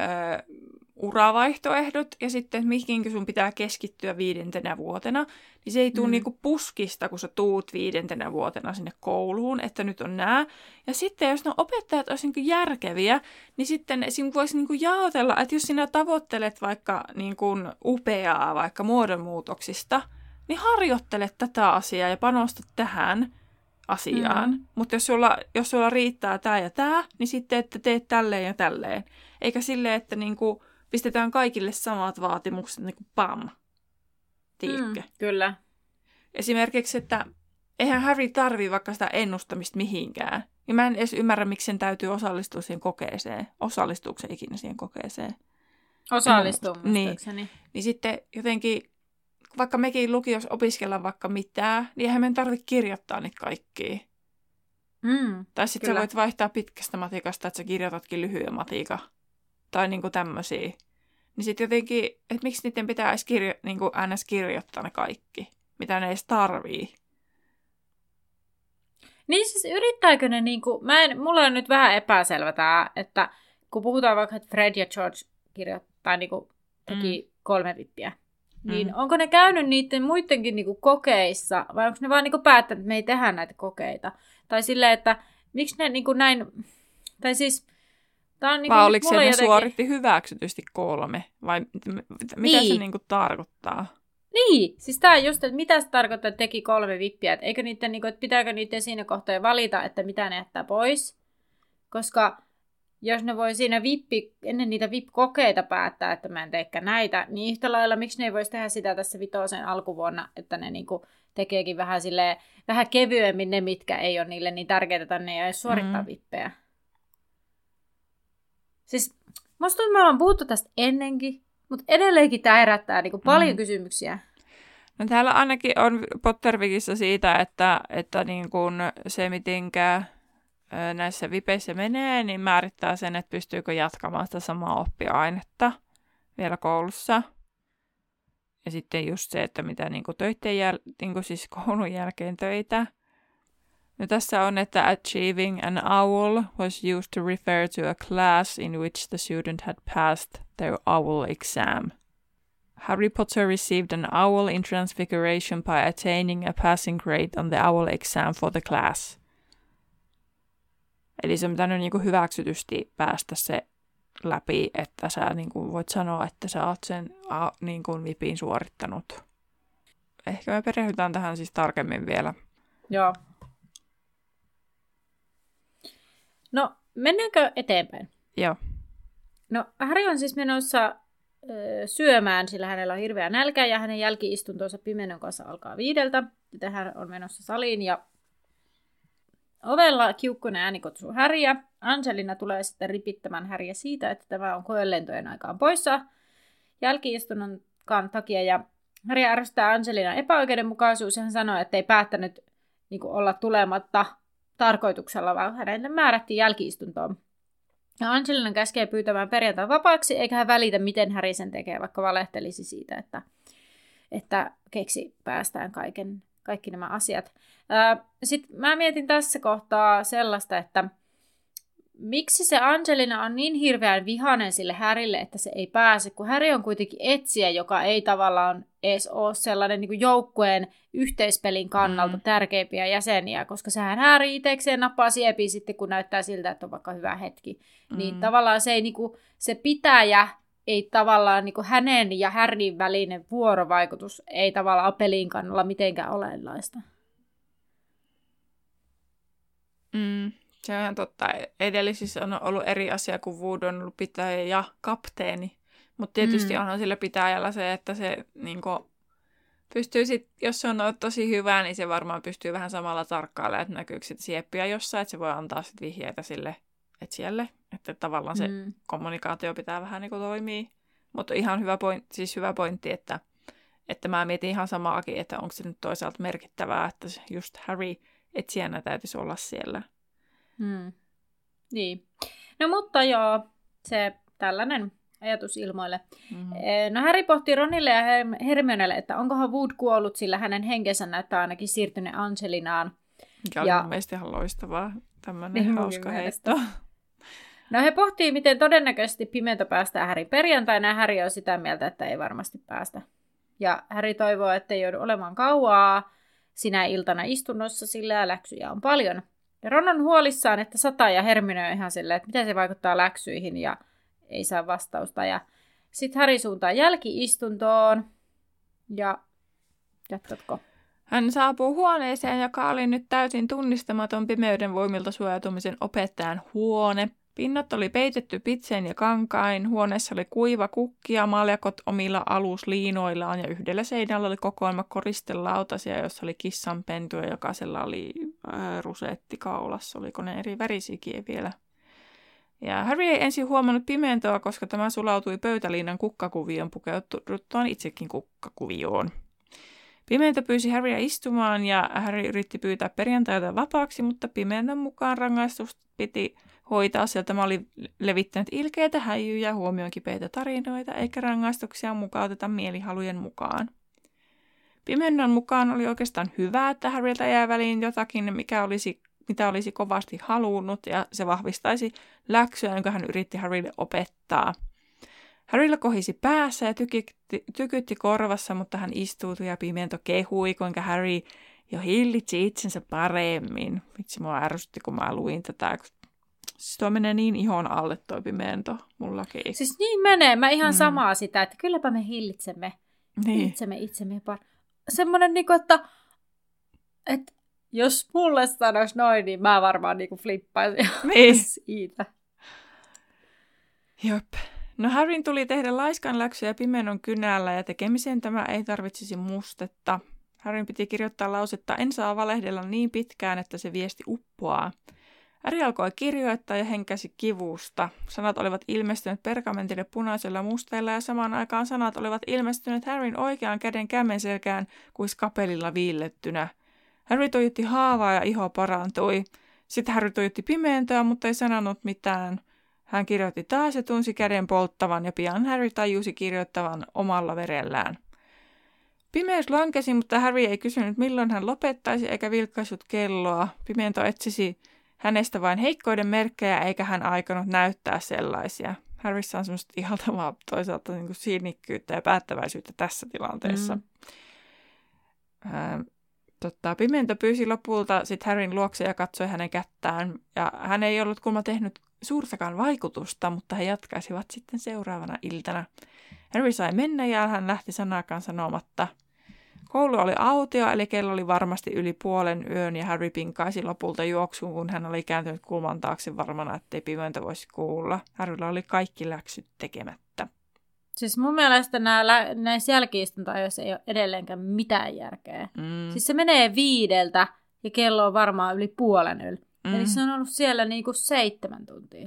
S2: uravaihtoehdot ja sitten, että mihinkä sun pitää keskittyä 5. vuotena, niin se ei tule niinku puskista, kun sä tuut 5. vuotena sinne kouluun, että nyt on nää. Ja sitten, jos ne opettajat olisi niinku järkeviä, niin sitten siinä voisi niinku jaotella, että jos sinä tavoittelet vaikka niinku upeaa vaikka muodonmuutoksista, niin harjoittele tätä asiaa ja panosta tähän asiaan. Mutta jos sulla riittää tämä ja tämä, niin sitten että teet tälleen ja tälleen. Eikä silleen, että niinku pistetään kaikille samat vaatimukset, niin kuin pam. Tiedätkö?
S1: Kyllä.
S2: Esimerkiksi, että eihän Harry tarvii vaikka sitä ennustamista mihinkään. Ja mä en edes ymmärrä, miksi sen täytyy osallistua siihen kokeeseen. Osallistuuko se ikinä siihen kokeeseen?
S1: Osallistuu, muistaakseni.
S2: Niin sitten jotenkin, vaikka mekin lukiossa opiskellaan vaikka mitään, niin eihän meidän tarvitse kirjoittaa niitä kaikkia. Tai sitten sä voit vaihtaa pitkästä matikasta, että sä kirjoitatkin lyhyen matikan. Tai niinku tämmöisiä. Niin sitten jotenkin, että miksi niiden pitää edes niinku ns. Kirjoittaa ne kaikki, mitä ne edes tarvii.
S1: Niin siis yrittääkö ne niinku, mulla on nyt vähän epäselvä tää, että kun puhutaan vaikka, että Fred ja George kirjoittaa niinku teki 3 vippiä, niin onko ne käynyt niiden muidenkin niinku kokeissa, vai onko ne vaan niinku päättänyt, että me ei tehdä näitä kokeita? Tai silleen, että miksi ne niinku näin, tai siis... Niin
S2: vai oliko se, ne jotenkin... suoritti hyväksytysti 3? Vai mitä se niinku tarkoittaa?
S1: Niin, siis tämä just, että mitä se tarkoittaa, että teki 3 vippiä. Että eikö niiden, niinku, että pitääkö niiden siinä kohtaa valita, että mitä ne jättää pois? Koska jos ne voi siinä ennen niitä VIP-kokeita päättää, että mä en teekään näitä, niin yhtä lailla miksi ne ei voisi tehdä sitä tässä 5. alkuvuonna, että ne niinku tekeekin vähän kevyemmin ne, mitkä ei ole niille niin tärkeitä, että ne ei edes suorittaa vippejä. Siis musta tuntuu, että me ollaan puhuttu tästä ennenkin, mutta edelleenkin tämä herättää niinku paljon kysymyksiä.
S2: No täällä ainakin on Pottervikissä siitä, että niin kun se mitenkä näissä vipeissä menee, niin määrittää sen, että pystyykö jatkamaan sitä samaa oppiainetta vielä koulussa. Ja sitten just se, että mitä niin kuin siis koulun jälkeen töitä. No tässä on, että achieving an owl was used to refer to a class in which the student had passed their owl exam. Harry Potter received an owl in transfiguration by attaining a passing grade on the owl exam for the class. Eli se on pitänyt niinku hyväksytysti päästä se läpi, että sä niin kuin voit sanoa, että sä oot sen niin kuin vipin suorittanut. Ehkä me perehdytään tähän siis tarkemmin vielä.
S1: Joo. No, mennäänkö eteenpäin?
S2: Joo.
S1: No, Harry on siis menossa syömään, sillä hänellä on hirveä nälkä ja hänen jälki-istuntonsa Pimenon kanssa alkaa 5. Sitten hän on menossa saliin ja ovella kiukkuinen ääni kutsuu Harryä. Angelina tulee sitten ripittämään Harryä siitä, että tämä on koelentojen aikaan poissa jälki-istunnon takia. Ja Harry ärsyttää Angelinan epäoikeudenmukaisuus ja hän sanoo, että ei päättänyt niin kuin, olla tulematta tarkoituksella, vaan hänelle määrättiin jälki-istuntoon. Ja Angelina käskee pyytämään perjantain vapaaksi, eikä hän välitä, miten Harry sen tekee, vaikka valehtelisi siitä, että keksi päästään kaikki nämä asiat. Sitten mä mietin tässä kohtaa sellaista, että miksi se Angelina on niin hirveän vihainen sille Harrylle, että se ei pääse, kun Harry on kuitenkin etsijä, joka ei tavallaan edes ole sellainen niin kuin joukkueen yhteispelin kannalta tärkeimpiä jäseniä, koska sehän Harry itsekseen nappaa siepiä sitten, kun näyttää siltä, että on vaikka hyvä hetki. Niin tavallaan se, ei, niin kuin, se pitäjä ei tavallaan niin kuin hänen ja Harryn välinen vuorovaikutus ei tavallaan ole pelin kannalla mitenkään olennaista.
S2: Se on ihan totta. Edellisissä on ollut eri asia, kun Wood on ollut pitäjä ja kapteeni. Mutta tietysti onhan sillä pitäjällä se, että se niinku, pystyy sit, jos se on tosi hyvä, niin se varmaan pystyy vähän samalla tarkkailemaan, että näkyykö sit sieppiä jossain, että se voi antaa sit vihjeitä sille etsijälle. Että tavallaan se kommunikaatio pitää vähän niinku toimia. Mutta ihan hyvä pointti, että mä mietin ihan samaakin, että onko se nyt toisaalta merkittävää, että just Harry etsijänä täytyisi olla siellä.
S1: Niin. No mutta joo, se tällainen ajatus ilmoille. No Harry pohtii Ronille ja Hermionelle, että onkohan Wood kuollut, sillä hänen henkensä näyttää ainakin siirtyneen Angelinaan.
S2: Mikä oli mun mielestä ihan loistavaa, tämmöinen hauska heitto.
S1: No he pohtii, miten todennäköisesti Pimento päästää Harryn perjantaina, ja Harry on sitä mieltä, että ei varmasti päästä. Ja Harry toivoo, että ei joudu olemaan kauaa sinä iltana istunnossa, sillä läksyjä on paljon. Ja Ron on huolissaan, että sataa ja Hermione on ihan silleen, että miten se vaikuttaa läksyihin ja ei saa vastausta. Ja sitten Harry suuntaa jälki-istuntoon. Ja jattatko?
S2: Hän saapuu huoneeseen, joka oli nyt täysin tunnistamaton pimeyden voimilta suojautumisen opettajan huone. Pinnat oli peitetty pitseen ja kankain, huoneessa oli kuiva kukki ja maljakot omilla alusliinoillaan ja yhdellä seinällä oli kokoelma koristelautasia, jossa oli kissanpentu ja jokaisella oli rusetti kaulassa, oliko ne eri värisikin vielä. Ja Harry ei ensin huomannut pimentoa, koska tämä sulautui pöytäliinan kukkakuvioon pukeututtuaan itsekin kukkakuvioon. Pimento pyysi Harryä istumaan ja Harry yritti pyytää perjantaita vapaaksi, mutta Pimenton mukaan rangaistus piti hoitaa, sillä tämä oli levittänyt ilkeitä häijyjä ja huomioon kipeitä tarinoita, eikä rangaistuksia mukauteta mielihalujen mukaan. Pimennon mukaan oli oikeastaan hyvä, että Harryltä jäi väliin jotakin, mitä olisi kovasti halunnut, ja se vahvistaisi läksyä, jonka hän yritti Harrylle opettaa. Harrylla kohisi päässä ja tykytti korvassa, mutta hän istuutui ja Pimento kehui, kuinka Harry jo hillitsi itsensä paremmin. Vitsi, mua ärsytti, kun mä luin tätä. Siis tuo menee niin ihon alle toi Pimento mullakin.
S1: Siis niin menee. Mä ihan samaa sitä, että kylläpä me hillitsemme itsemme. Semmoinen, että jos mulle sanoisi noin, niin mä varmaan flippaisin siitä.
S2: Jop. No Harryn tuli tehdä laiskan läksyjä Pimennon kynällä ja tekemiseen tämä ei tarvitsisi mustetta. Harryn piti kirjoittaa lausetta en saa valehdella niin pitkään, että se viesti uppoaa. Harry alkoi kirjoittaa ja henkäsi kivusta. Sanat olivat ilmestyneet pergamentille punaisella musteilla ja samaan aikaan sanat olivat ilmestyneet Harryn oikean käden kämmenselkään kuin skapelilla viillettynä. Harry tuijotti haavaa ja iho parantui. Sitten Harry tuijotti Pimentoa, mutta ei sanonut mitään. Hän kirjoitti taas ja tunsi käden polttavan ja pian Harry tajusi kirjoittavan omalla verellään. Pimeys lankesi, mutta Harry ei kysynyt milloin hän lopettaisi eikä vilkkaissut kelloa. Pimento etsisi hänestä vain heikkoiden merkkejä eikä hän aikonut näyttää sellaisia. Harryssä on semmoista ihaltavaa toisaalta sinnikkyyttä ja päättäväisyyttä tässä tilanteessa. Pimento pyysi lopulta sitten Harryn luokse ja katsoi hänen kättään. Ja hän ei ollut kuulemma tehnyt suurtakaan vaikutusta, mutta he jatkaisivat sitten seuraavana iltana. Harry sai mennä ja hän lähti sanaakaan sanomatta. Koulu oli autio, eli kello oli varmasti yli puolen yön ja Harry pinkaisi lopulta juoksuun, kun hän oli kääntynyt kulman taakse varmana, ettei pimeintä voisi kuulla. Harrylla oli kaikki läksyt tekemättä.
S1: Siis mun mielestä näissä jälki-istuntoajoissa ei ole edelleenkään mitään järkeä. Siis se menee 5 ja kello on varmaan yli puolen yli. Eli se on ollut siellä niinku 7 tuntia.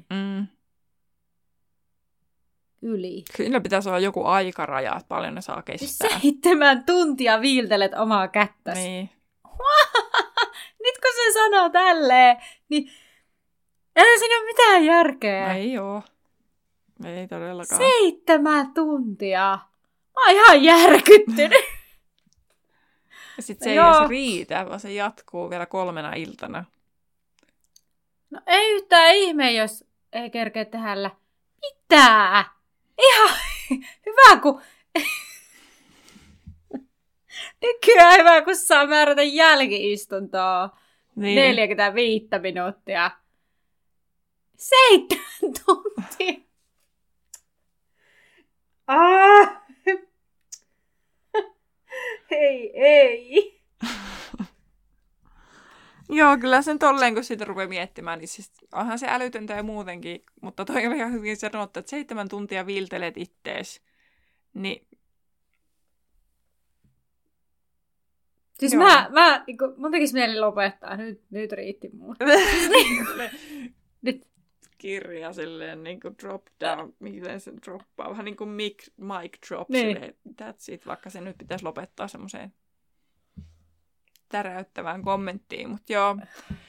S1: Yli.
S2: Kyllä pitäisi olla joku aikaraja, että paljon ne saa kestää.
S1: 7 tuntia viiltelet omaa kättäsi.
S2: Niin.
S1: Nyt kun se sanoo tälleen, niin ei siinä ole mitään järkeä.
S2: Ei oo. Ei todellakaan.
S1: 7 tuntia. Mä oon ihan järkyttynyt.
S2: Ja sit se ei edes riitä, vaan se jatkuu vielä 3 iltana.
S1: No ei yhtään ihme, jos ei kerkeä tehdä mitään. Ihan hyvä, kun nykyään hyvä, kun saa määrätä jälki-istuntoa. Niin. 45 minuuttia. 7 tuntia. Ei.
S2: Joo, kyllä sen tolleen, kun siitä rupeaa miettimään, niin siis onhan se älytöntä ja muutenkin, mutta toi on ihan hyvin sanottu, että 7 tuntia viiltelet ittees. Niin.
S1: Siis mun tekisi mieli lopettaa, nyt riitti mulle. Nyt.
S2: Kirja silleen niin kuin drop down, miten se droppaa, vähän niin kuin mic drop,
S1: niin.
S2: Silleen, that's it, vaikka se nyt pitäisi lopettaa semmoiseen täräyttävään kommenttiin, mutta joo.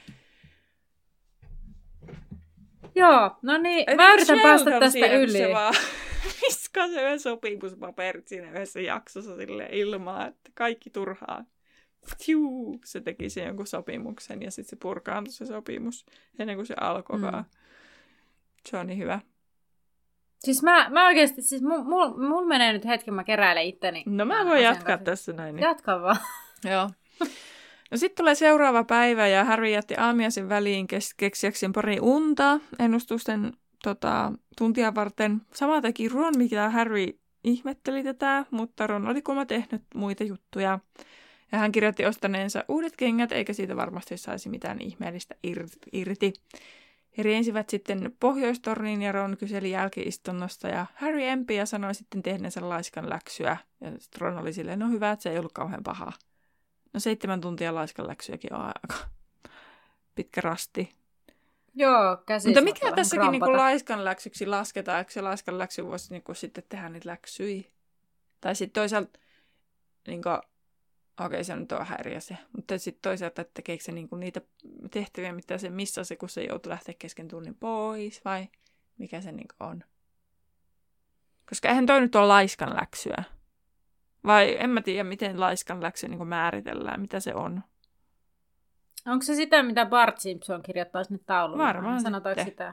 S1: Joo, no niin, mä yritän päästä tästä yli.
S2: Se vaan viskasi yhden sopimuspaperit siinä yhdessä jaksossa silleen ilmaa, että kaikki turhaa. Se teki sen jonkun sopimuksen ja sitten se purkaantui se sopimus ennen kuin se alkoikaan. Se on niin hyvä.
S1: Siis mä oikeasti, siis mulla menee nyt hetken, mä keräilen itteni.
S2: No mä voin jatkaa tässä näin. Niin.
S1: Jatka vaan.
S2: Joo. No sitten tulee seuraava päivä ja Harry jätti aamiaisen väliin keksiäkseen pari unta ennustusten tuntia varten. Sama teki Ron, mikä Harry ihmetteli tätä, mutta Ron oli kuulemma tehnyt muita juttuja. Ja hän kirjoitti ostaneensa uudet kengät, eikä siitä varmasti saisi mitään ihmeellistä irti. He riensivät sitten Pohjoistorniin ja Ron kyseli jälki-istunnosta ja Harry empi ja sanoi sitten tehneensä laiskan läksyä. Ja Ron oli silleen, no hyvä, että se ei ollut kauhean paha. No 7 tuntia laiskan läksyäkin on aika pitkä rasti.
S1: Joo, käsi.
S2: Mutta mikä tässäkin niinku laiskan läksyksi lasketaan? Eikö se laiskan läksy voisi niinku sitten tehdä niitä läksyjä? Tai sitten toisaalta, niinku, okei, se on nyt vähän eri asia. Mutta sitten toisaalta, että tekeekö se niinku niitä tehtäviä, mitä se missä se, kun se joutuu lähteä kesken tunnin pois, vai mikä se niinku on? Koska eihän toi nyt ole laiskan läksyä. Vai en mä tiedä, miten laiskan läksy niinku määritellään, mitä se on.
S1: Onko se sitä, mitä Bart Simpson kirjoittaa sinne tauluun?
S2: Varmaan
S1: sanotaanko sitä?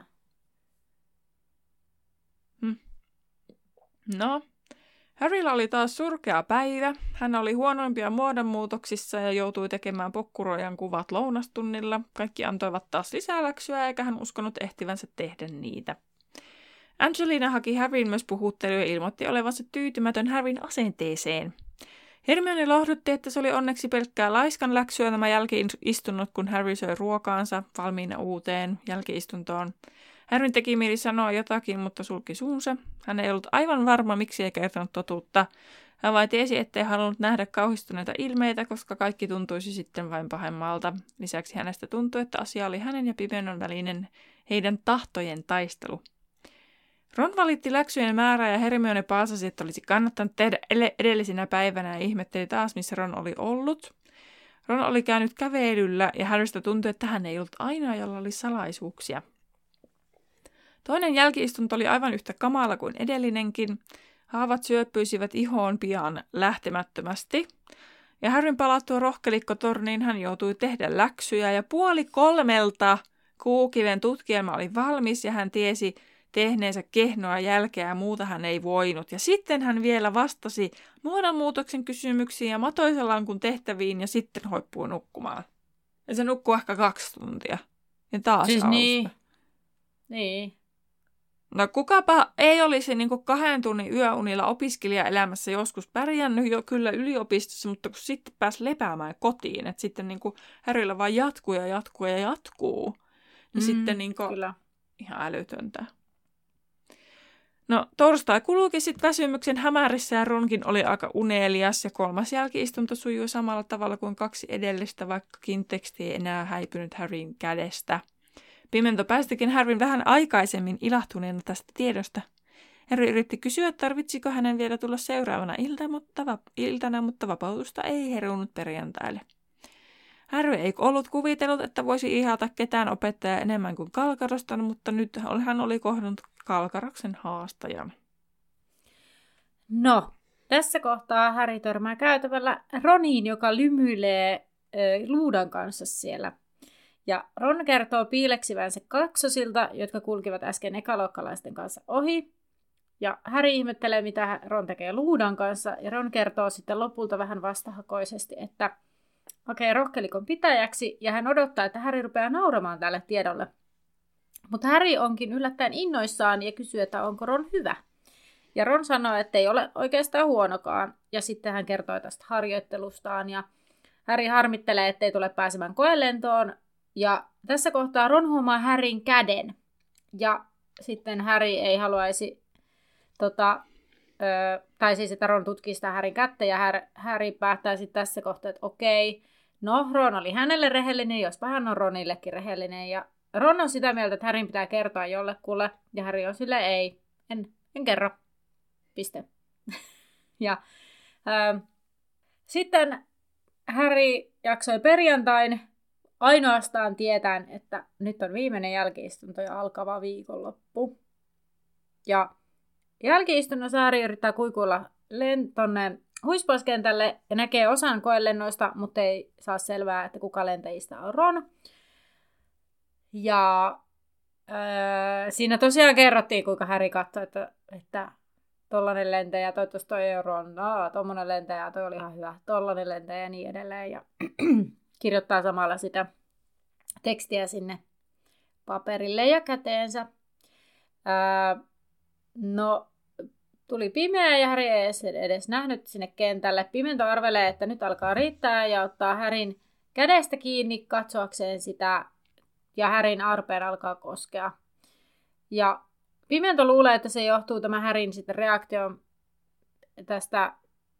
S2: No, Harrylla oli taas surkea päivä. Hän oli huonoimpia muodonmuutoksissa ja joutui tekemään pokkurojan kuvat lounastunnilla. Kaikki antoivat taas lisää läksyä, eikä hän uskonut ehtivänsä tehdä niitä. Angelina haki Harryn myös puhutteluun ja ilmoitti olevansa tyytymätön Harryn asenteeseen. Hermione lohdutti, että se oli onneksi pelkkää laiskan läksyä nämä jälki-istunnot, kun Harry söi ruokaansa valmiina uuteen jälki-istuntoon. Harryn teki mieli sanoa jotakin, mutta sulki suunsa. Hän ei ollut aivan varma, miksi ei kertonut totuutta. Hän vain tiesi, ettei halunnut nähdä kauhistuneita ilmeitä, koska kaikki tuntuisi sitten vain pahemmalta. Lisäksi hänestä tuntui, että asia oli hänen ja Pimenon välinen heidän tahtojen taistelu. Ron valitti läksyjen määrää ja Hermione paasasi, että olisi kannattanut tehdä edellisinä päivänä ja ihmetteli taas, missä Ron oli ollut. Ron oli käynyt kävelyllä ja Harrystä tuntui, että hän ei ollut ainoa, jolla oli salaisuuksia. Toinen jälki-istunto oli aivan yhtä kamala kuin edellinenkin. Haavat syöpyisivät ihoon pian lähtemättömästi. Ja Harryn palattua rohkelikkotorniin hän joutui tehdä läksyjä ja 2:30 Kuukiven tutkielma oli valmis ja hän tiesi tehneensä kehnoa jälkeä ja muuta hän ei voinut. Ja sitten hän vielä vastasi muodonmuutoksen kysymyksiin ja matoisalankun tehtäviin ja sitten hoippui nukkumaan. Ja se nukkui ehkä 2 tuntia. Ja taas
S1: siis
S2: alusta.
S1: Niin. Niin.
S2: No kukapa ei olisi niin kuin 2 tunnin yöunilla opiskelijaelämässä joskus pärjännyt jo kyllä yliopistossa, mutta kun sitten pääsi lepäämään kotiin, että sitten niin kuin Harryllä vaan jatkuu, niin sitten niin kuin
S1: Kyllä.
S2: ihan älytöntä. No torstai kuluikin sitten väsymyksen hämärissä ja Ronkin oli aika unelias ja 3. jälki-istunto sujui samalla tavalla kuin 2 edellistä, vaikkakin teksti ei enää häipynyt Harryn kädestä. Pimento päästikin Harryn vähän aikaisemmin ilahtuneena tästä tiedosta. Harry yritti kysyä, tarvitsiko hänen vielä tulla seuraavana iltana, mutta vapautusta ei herunut perjantaille. Harry ei ollut kuvitellut, että voisi ihata ketään opettajaa enemmän kuin Kalkarosta, mutta nyt hän oli kohdannut Kalkaroksen haastajan.
S1: No, tässä kohtaa Harry törmää käytävällä Roniin, joka lymyilee luudan kanssa siellä. Ja Ron kertoo piileksivänsä kaksosilta, jotka kulkivat äsken ekaluokkalaisten kanssa ohi. Ja Harry ihmettelee, mitä Ron tekee luudan kanssa. Ja Ron kertoo sitten lopulta vähän vastahakoisesti, että okei, rohkelikon pitäjäksi. Ja hän odottaa, että Harry rupeaa nauramaan tälle tiedolle. Mutta Harry onkin yllättäen innoissaan ja kysyy, että onko Ron hyvä. Ja Ron sanoo, että ei ole oikeastaan huonokaan. Ja sitten hän kertoo tästä harjoittelustaan. Ja Harry harmittelee, ettei tule pääsemään koelentoon. Ja tässä kohtaa Ron huomaa Harryn käden. Ja sitten Harry ei haluaisi, tai siis että Ron tutkii sitä Harryn kättä. Ja Harry päättää sitten tässä kohtaa, että okei, no Ron oli hänelle rehellinen, jospa hän on Ronillekin rehellinen. Ja Ron on sitä mieltä, että Harryn pitää kertoa jollekulle. Ja Harry on silleen, ei, en kerro. Piste. Ja sitten Harry jaksoi perjantain ainoastaan tietäen, että nyt on viimeinen jälki-istunto ja alkava viikonloppu. Ja jälki-istunnossa Harry yrittää kuikuilla tonne huispauskentälle ja näkee osan koelennoista, mutta ei saa selvää, että kuka lentäjistä on Ron. Ja siinä tosiaan kerrottiin, kuinka Harry katsoi, että tollainen lentäjä, toivottavasti toi ei ole Ron, tommonen lentäjä, toi oli ihan hyvä, tollainen lentäjä ja niin edelleen. Ja kirjoittaa samalla sitä tekstiä sinne paperille ja käteensä. No, tuli pimeä ja Harry ei edes nähnyt sinne kentälle. Pimento arvelee, että nyt alkaa riittää ja ottaa Harryn kädestä kiinni katsoakseen sitä ja Harryn arpeen alkaa koskea. Ja Pimento luulee, että se johtuu tämä Harryn sitten reaktioon tästä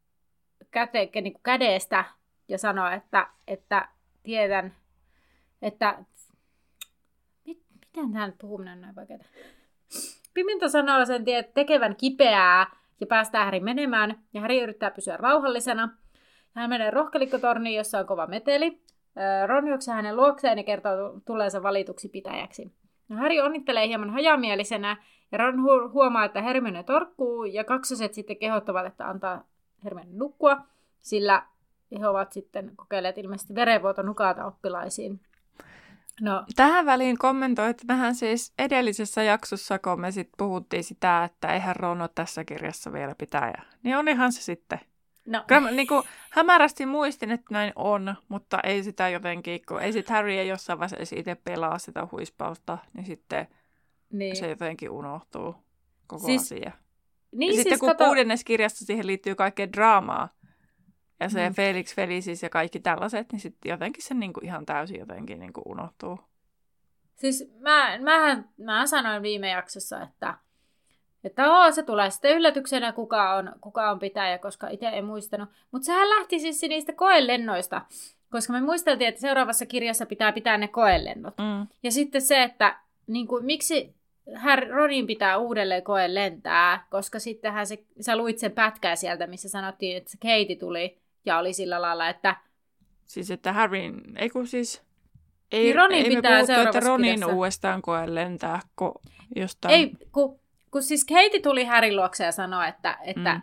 S1: kädestä ja sanoo, että tiedän, että miten tämä nyt puhuminen näin vaikeaa? Pimento sanoo sen tekevän kipeää ja päästää Harryn menemään ja Harry yrittää pysyä rauhallisena. Hän menee rohkelikkotorniin, jossa on kova meteli. Ron juoksee hänen luokseen ja kertoo tulleensa valituksi pitäjäksi. Harry onnittelee hieman hajamielisenä ja Ron huomaa, että Hermione torkkuu ja kaksoset sitten kehottavat, että antaa Hermione nukkua, sillä he ovat sitten kokeilleet ilmeisesti verenvuotonukata oppilaisiin. No.
S2: Tähän väliin kommentoi, että mehän siis edellisessä jaksossa, kun me sitten puhuttiin sitä, että eihän Ron ole tässä kirjassa vielä pitäjä, niin onihan se sitten.
S1: No.
S2: Kyllä niin kuin hämärästi muistin, että näin on, mutta ei sitä jotenkin, kun ei sitten Harry ei jossain vaiheessa itse pelaa sitä huispausta, niin sitten se jotenkin unohtuu koko asia.
S1: Niin,
S2: ja siis sitten kun 6. kirjassa siihen liittyy kaikkea draamaa, ja se Felix Felicis ja kaikki tällaiset, niin sitten jotenkin se niinku ihan täysin jotenkin niinku unohtuu.
S1: Siis mä sanoin viime jaksossa, että se tulee sitten yllätyksenä, kuka on pitäjä, koska itse en muistanut. Mutta sehän lähti siis niistä koelennoista, koska me muisteltiin, että seuraavassa kirjassa pitää pitää ne koelennot. Ja sitten se, että niinku, miksi Ronin pitää uudelleen koe lentää, koska sittenhän sä luit sen pätkää sieltä, missä sanottiin, että se Katie tuli ja oli sillä lailla, että
S2: siis että Harryn, ei kun siis
S1: ei Ronin pitää
S2: puhuttu, että Ronin uudestaan koe lentää jostain.
S1: Ei, kun siis Katie tuli Harryn luokse ja sanoi, että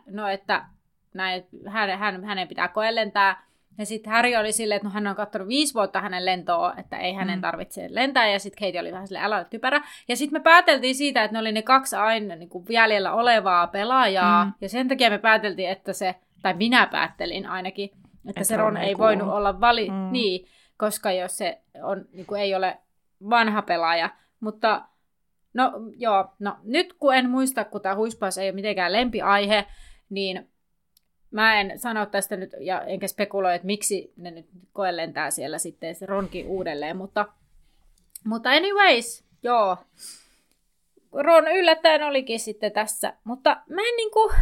S1: hänen pitää koe lentää. Ja sitten Harry oli silleen, että hän on katsonut 5 vuotta hänen lentoa, että ei hänen tarvitse lentää. Ja sitten Katie oli vähän silleen, älä ole typerä. Ja sitten me pääteltiin siitä, että ne oli ne 2 aina niin kuin jäljellä olevaa pelaajaa. Ja sen takia me pääteltiin, että tai minä päättelin ainakin, että se Ron ei voinut olla niin, koska jos se on, niin kuin ei ole vanha pelaaja. Mutta No joo, no nyt kun en muista, kun tämä huispaus ei ole mitenkään lempiaihe, niin mä en sano tästä nyt, ja enkä spekuloi, että miksi ne nyt koelentää siellä sitten se Ronkin uudelleen, mutta anyways, joo. Ron yllättäen olikin sitten tässä, mutta mä en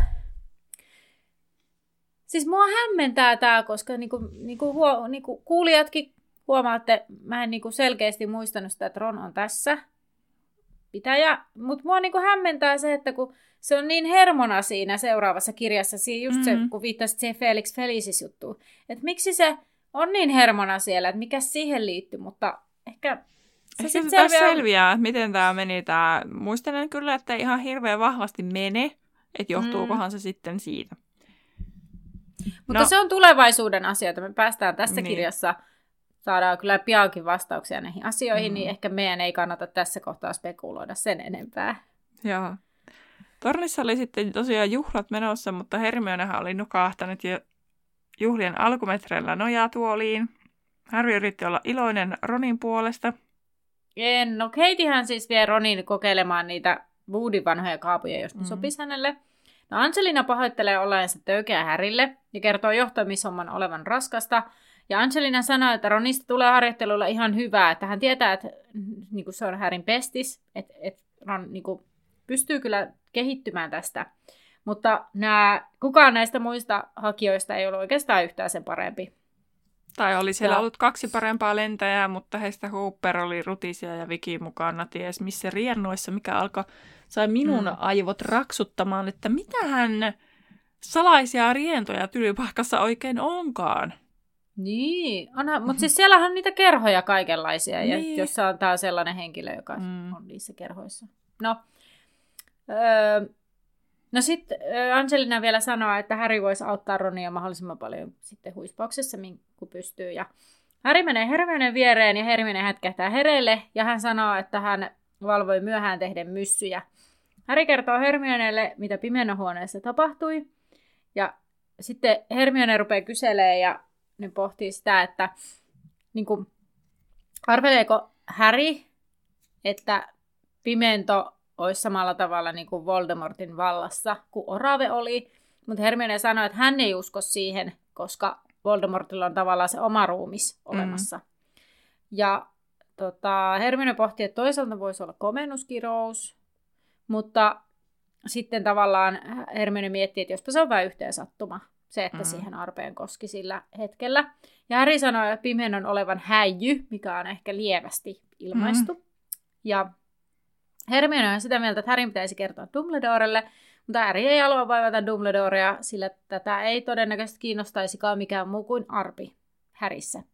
S1: siis mua hämmentää tää, koska niinku kuulijatkin huomaatte, mä en selkeästi muistanut sitä, että Ron on tässä pitäjä, mutta mua hämmentää se, että kun se on niin hermona siinä seuraavassa kirjassa, just se, kun viittasit siihen Felix Felicis-juttuun, että miksi se on niin hermona siellä, että mikä siihen liittyy, mutta ehkä se sitten
S2: selviää, että miten tämä meni. Muistelen kyllä, että ei ihan hirveän vahvasti mene, että johtuukohan se sitten siitä.
S1: Mutta se on tulevaisuuden asioita. Me päästään tässä kirjassa, saadaan kyllä piankin vastauksia näihin asioihin, niin ehkä meidän ei kannata tässä kohtaa spekuloida sen enempää.
S2: Joo. Tornissa oli sitten tosiaan juhlat menossa, mutta Hermionehan oli nukahtanut jo juhlien alkumetreillä nojatuoliin. Harry yritti olla iloinen Ronin puolesta.
S1: No Katiehän siis vie Ronin kokeilemaan niitä Woodin vanhoja kaapuja, jos ne sopisi hänelle. No Angelina pahoittelee olleensa töykeä Harrylle ja kertoo johtamishomman olevan raskasta. Ja Angelina sanoo, että Ronista tulee harjoittelulla ihan hyvää, että hän tietää, että se on Harryn pestis, että Ron pystyy kyllä kehittymään tästä. Mutta kukaan näistä muista hakijoista ei ollut oikeastaan yhtään sen parempi.
S2: Tai oli siellä ollut 2 parempaa lentäjää, mutta heistä Hooper oli Rutisia ja Viki mukana ties missä riennoissa, mikä sai minun aivot raksuttamaan, että mitähän salaisia rientoja Tylypahkassa oikein onkaan.
S1: Niin, mutta siis siellähän on niitä kerhoja kaikenlaisia, ja jos on tää sellainen henkilö, joka on niissä kerhoissa. No sitten Angelina vielä sanoo, että Harry voisi auttaa Ronia mahdollisimman paljon sitten huispauksessa, kun pystyy. Ja Harry menee Hermionen viereen ja Hermione hätkähtää hereille ja hän sanoo, että hän valvoi myöhään tehden myssyjä. Harry kertoo Hermionelle, mitä pimennohuoneessa tapahtui. Sitten Hermione rupeaa kyselemään ja ne pohtii sitä, että arveleeko Harry, että pimento olisi samalla tavalla niin kuin Voldemortin vallassa kuin Orave oli. Mutta Hermione sanoi, että hän ei usko siihen, koska Voldemortilla on tavallaan se oma ruumis olemassa. Ja Hermione pohti, että toisaalta voisi olla komennuskirous, mutta sitten tavallaan Hermione miettii, että jospa se on vain yhteensattuma, se, että siihen arpeen koski sillä hetkellä. Ja Harry sanoi, että pimeän olevan häijy, mikä on ehkä lievästi ilmaistu. Ja Hermione on sitä mieltä, että Harryn pitäisi kertoa Dumbledorelle, mutta Harry ei halua vaivata Dumbledorea, sillä tätä ei todennäköisesti kiinnostaisikaan mikään muu kuin arpi Harryssä.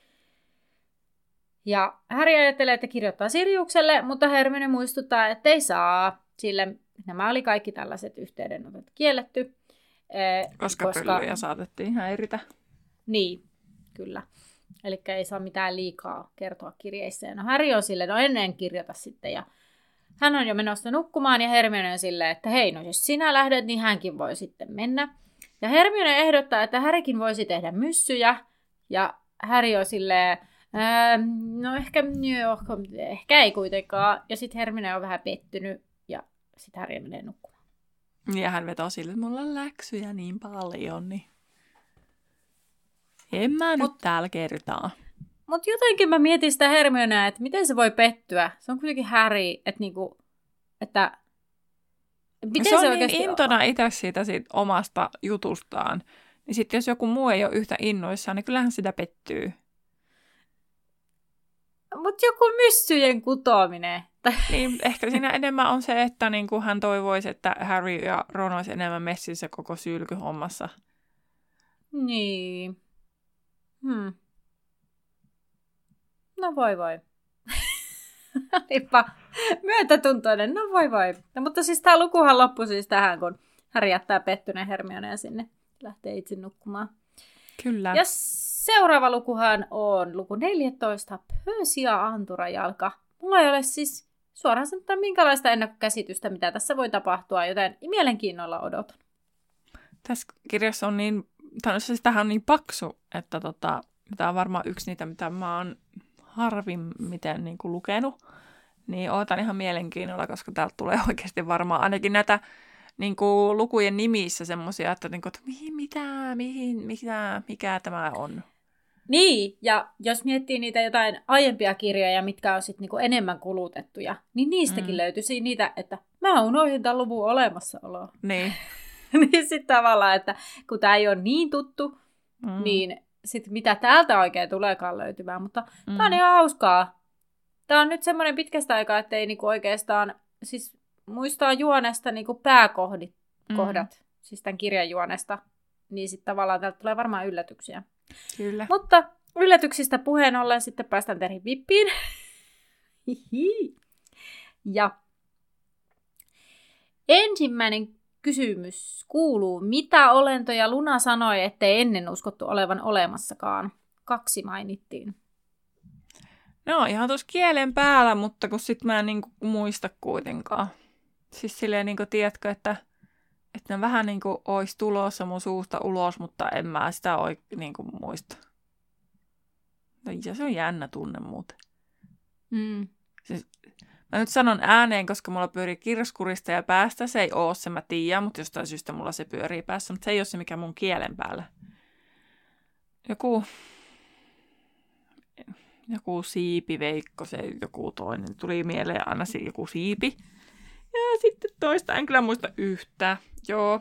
S1: Ja Harry ajattelee, että kirjoittaa Siriukselle, mutta Hermione muistuttaa, että ei saa, sillä nämä oli kaikki tällaiset yhteydenotot kielletty.
S2: Koska pyllyjä saatettiin häiritä.
S1: Niin, kyllä. Eli ei saa mitään liikaa kertoa kirjeissä. No Harry on silleen, no ennen kirjoita sitten. Ja hän on jo menossa nukkumaan ja Hermione on silleen, että hei, no jos sinä lähdet, niin hänkin voi sitten mennä. Ja Hermione ehdottaa, että Harrykin voisi tehdä myssyjä. Ja Harry on silleen, no ehkä ei kuitenkaan. Ja sitten Hermione on vähän pettynyt ja sitten Harry menee nukkumaan.
S2: Ja hän vetoo sille, että mulla on läksyjä niin paljon, niin en mä nyt täällä kertaa.
S1: Mutta jotenkin mä mietin sitä Hermionea, että miten se voi pettyä. Se on kuitenkin Harry, että
S2: miten se on niin intona itse siitä omasta jutustaan. Niin sitten jos joku muu ei ole yhtä innoissaan, niin kyllähän sitä pettyy.
S1: Mutta joku myssyjen kutoaminen.
S2: Niin, ehkä siinä enemmän on se, että niin kuin hän toivoisi, että Harry ja Ron olisi enemmän messissä koko sylkyhommassa.
S1: Niin. No voi. Olipa myötätuntoinen. No voi. No, mutta siis tämä lukuhan loppui siis tähän, kun Harry jättää pettyneen Hermionea sinne. Lähtee itse nukkumaan.
S2: Kyllä.
S1: Ja seuraava lukuhan on luku 14. Pöösia Anturajalka. Mulla ei ole siis suoraan sanottuna minkälaista ennakkokäsitystä, mitä tässä voi tapahtua, joten mielenkiinnolla odotan.
S2: Tässä kirjassa on tämähän on niin paksu, että tämä on varmaan yksi niitä, mitä mä oon harvin miten niin kuin lukenut. Niin, ootan ihan mielenkiinnolla, koska täältä tulee oikeasti varmaan ainakin näitä niin kuin lukujen nimissä semmoisia, että, niin kuin, että mikä tämä on.
S1: Niin, ja jos miettii niitä jotain aiempia kirjoja, mitkä on sitten niinku enemmän kulutettuja, niin niistäkin löytyisi niitä, että mä unohdin tämän luvun olemassaoloa.
S2: Niin.
S1: Niin sitten tavallaan, että kun tämä ei ole niin tuttu, niin sitten mitä täältä oikein tuleekaan löytymään. Mutta tämä on ihan hauskaa. Tämä on nyt semmoinen pitkästä aikaa, että ei niinku oikeastaan, siis muistaa juonesta niinku pääkohdat, siis tämän kirjan juonesta, niin sitten tavallaan täältä tulee varmaan yllätyksiä.
S2: Kyllä.
S1: Mutta yllätyksistä puheen ollen sitten päästään Terhin vippiin. Ja ensimmäinen kysymys kuuluu, mitä olentoja Luna sanoi, ettei ennen uskottu olevan olemassakaan? 2 mainittiin.
S2: No ihan tuossa kielen päällä, mutta kun sit mä en niinku muista kuitenkaan. Siis silleen niinku tiedätkö, että ne vähän niinku ois tulossa mun suusta ulos, mutta en mä sitä niinku muista. No, ja se on jännä tunne muuten. Siis, mä nyt sanon ääneen, koska mulla pyörii kirjaskurista ja päästä. Se ei oo se, mä tiedän, mutta jostain syystä mulla se pyörii päässä. Mutta se ei ole se, mikä mun kielen päällä. Joku siipiveikko, se joku toinen. Tuli mieleen aina joku siipi. Ja sitten toista en kyllä muista yhtään. Joo.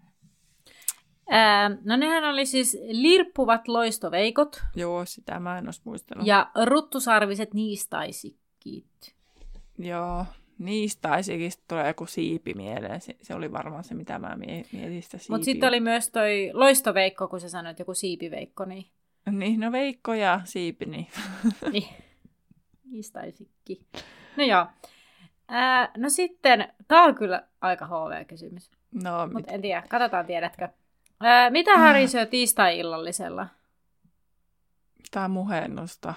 S1: No nehän oli siis lirppuvat loistoveikot.
S2: Joo, sitä mä en olisi muistanut.
S1: Ja ruttusarviset niistaisikit.
S2: Joo, niistaisikista tulee joku siipi mieleen. Se oli varmaan se, mitä mä mietin sitä siipiä.
S1: Mutta sitten oli myös toi loistoveikko, kun sä sanoit joku siipiveikko.
S2: Niin, no veikko ja siipi, niin.
S1: Niin, niistaisikki. No joo. No sitten, tää on kyllä aika HV-kysymys.
S2: No,
S1: mutta en tiedä, katsotaan tiedätkö. Mitä Harry syö tiistai-illallisella?
S2: Tää muhennusta.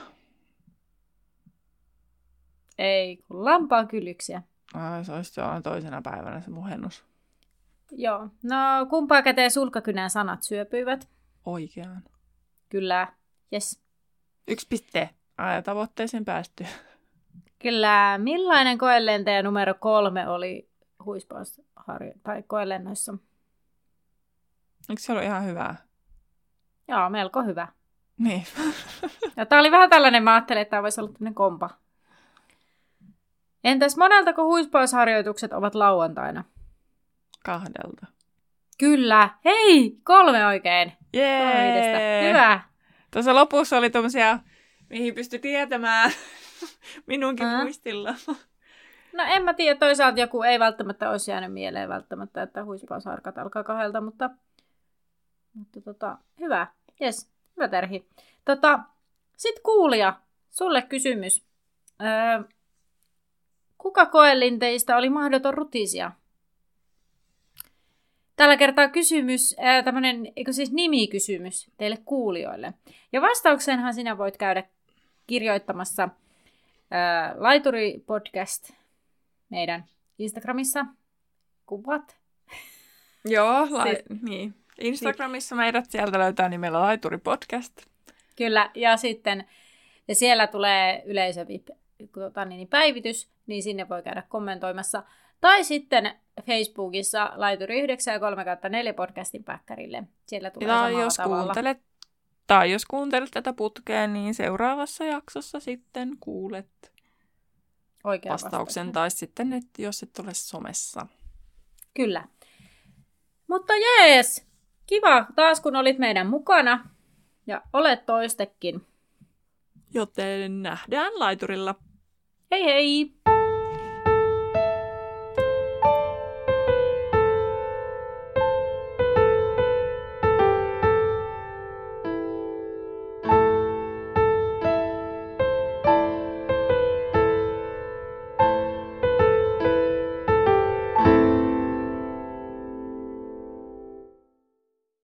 S1: Ei, kun lampaan kylyksiä.
S2: Se olisi toisena päivänä se muhennus.
S1: Joo. No, kumpaa käteen sulkakynän sanat syöpyivät?
S2: Oikeaan.
S1: Kyllä. Yes.
S2: 1 piste. Tavoitteeseen päästy.
S1: Kyllä. Millainen koelentäjä numero 3 oli tai koelennoissa?
S2: Eikö se ollut ihan hyvää?
S1: Joo, melko hyvä.
S2: Niin.
S1: Ja tää oli vähän tällainen, mä ajattelin, että tää voisi olla tämmöinen kompa. Entäs moneltako huispausharjoitukset ovat lauantaina?
S2: 2.
S1: Kyllä. Hei, 3 oikein.
S2: Jee!
S1: Hyvä.
S2: Tuossa lopussa oli tommosia, mihin pystyi tietämään minunkin muistilla.
S1: No en mä tiedä, toisaalta joku ei välttämättä olisi jäänyt mieleen välttämättä, että huispausharkat alkaa 2, mutta hyvä. Jes, hyvä Terhi. Sitten kuulija, sulle kysymys. Kuka koelinteistä oli mahdoton rutisia? Tällä kertaa kysymys, siis nimikysymys teille kuulijoille. Ja vastauksenhan sinä voit käydä kirjoittamassa Laituri Podcast meidän Instagramissa. Kuvat.
S2: Joo, niin. Instagramissa meidät sieltä löytää nimellä Laituri Podcast.
S1: Kyllä, ja sitten ja siellä tulee päivitys, niin sinne voi käydä kommentoimassa. Tai sitten Facebookissa Laituri 9 ja 3/4 podcastin päkkärille. Siellä tulee samalla tavalla.
S2: Tai jos kuuntelet tätä putkea, niin seuraavassa jaksossa sitten kuulet vastauksen. Tai sitten, jos et ole somessa.
S1: Kyllä. Mutta jees! Kiva taas, kun olit meidän mukana. Ja olet toistekin.
S2: Joten nähdään laiturilla.
S1: Hei hei!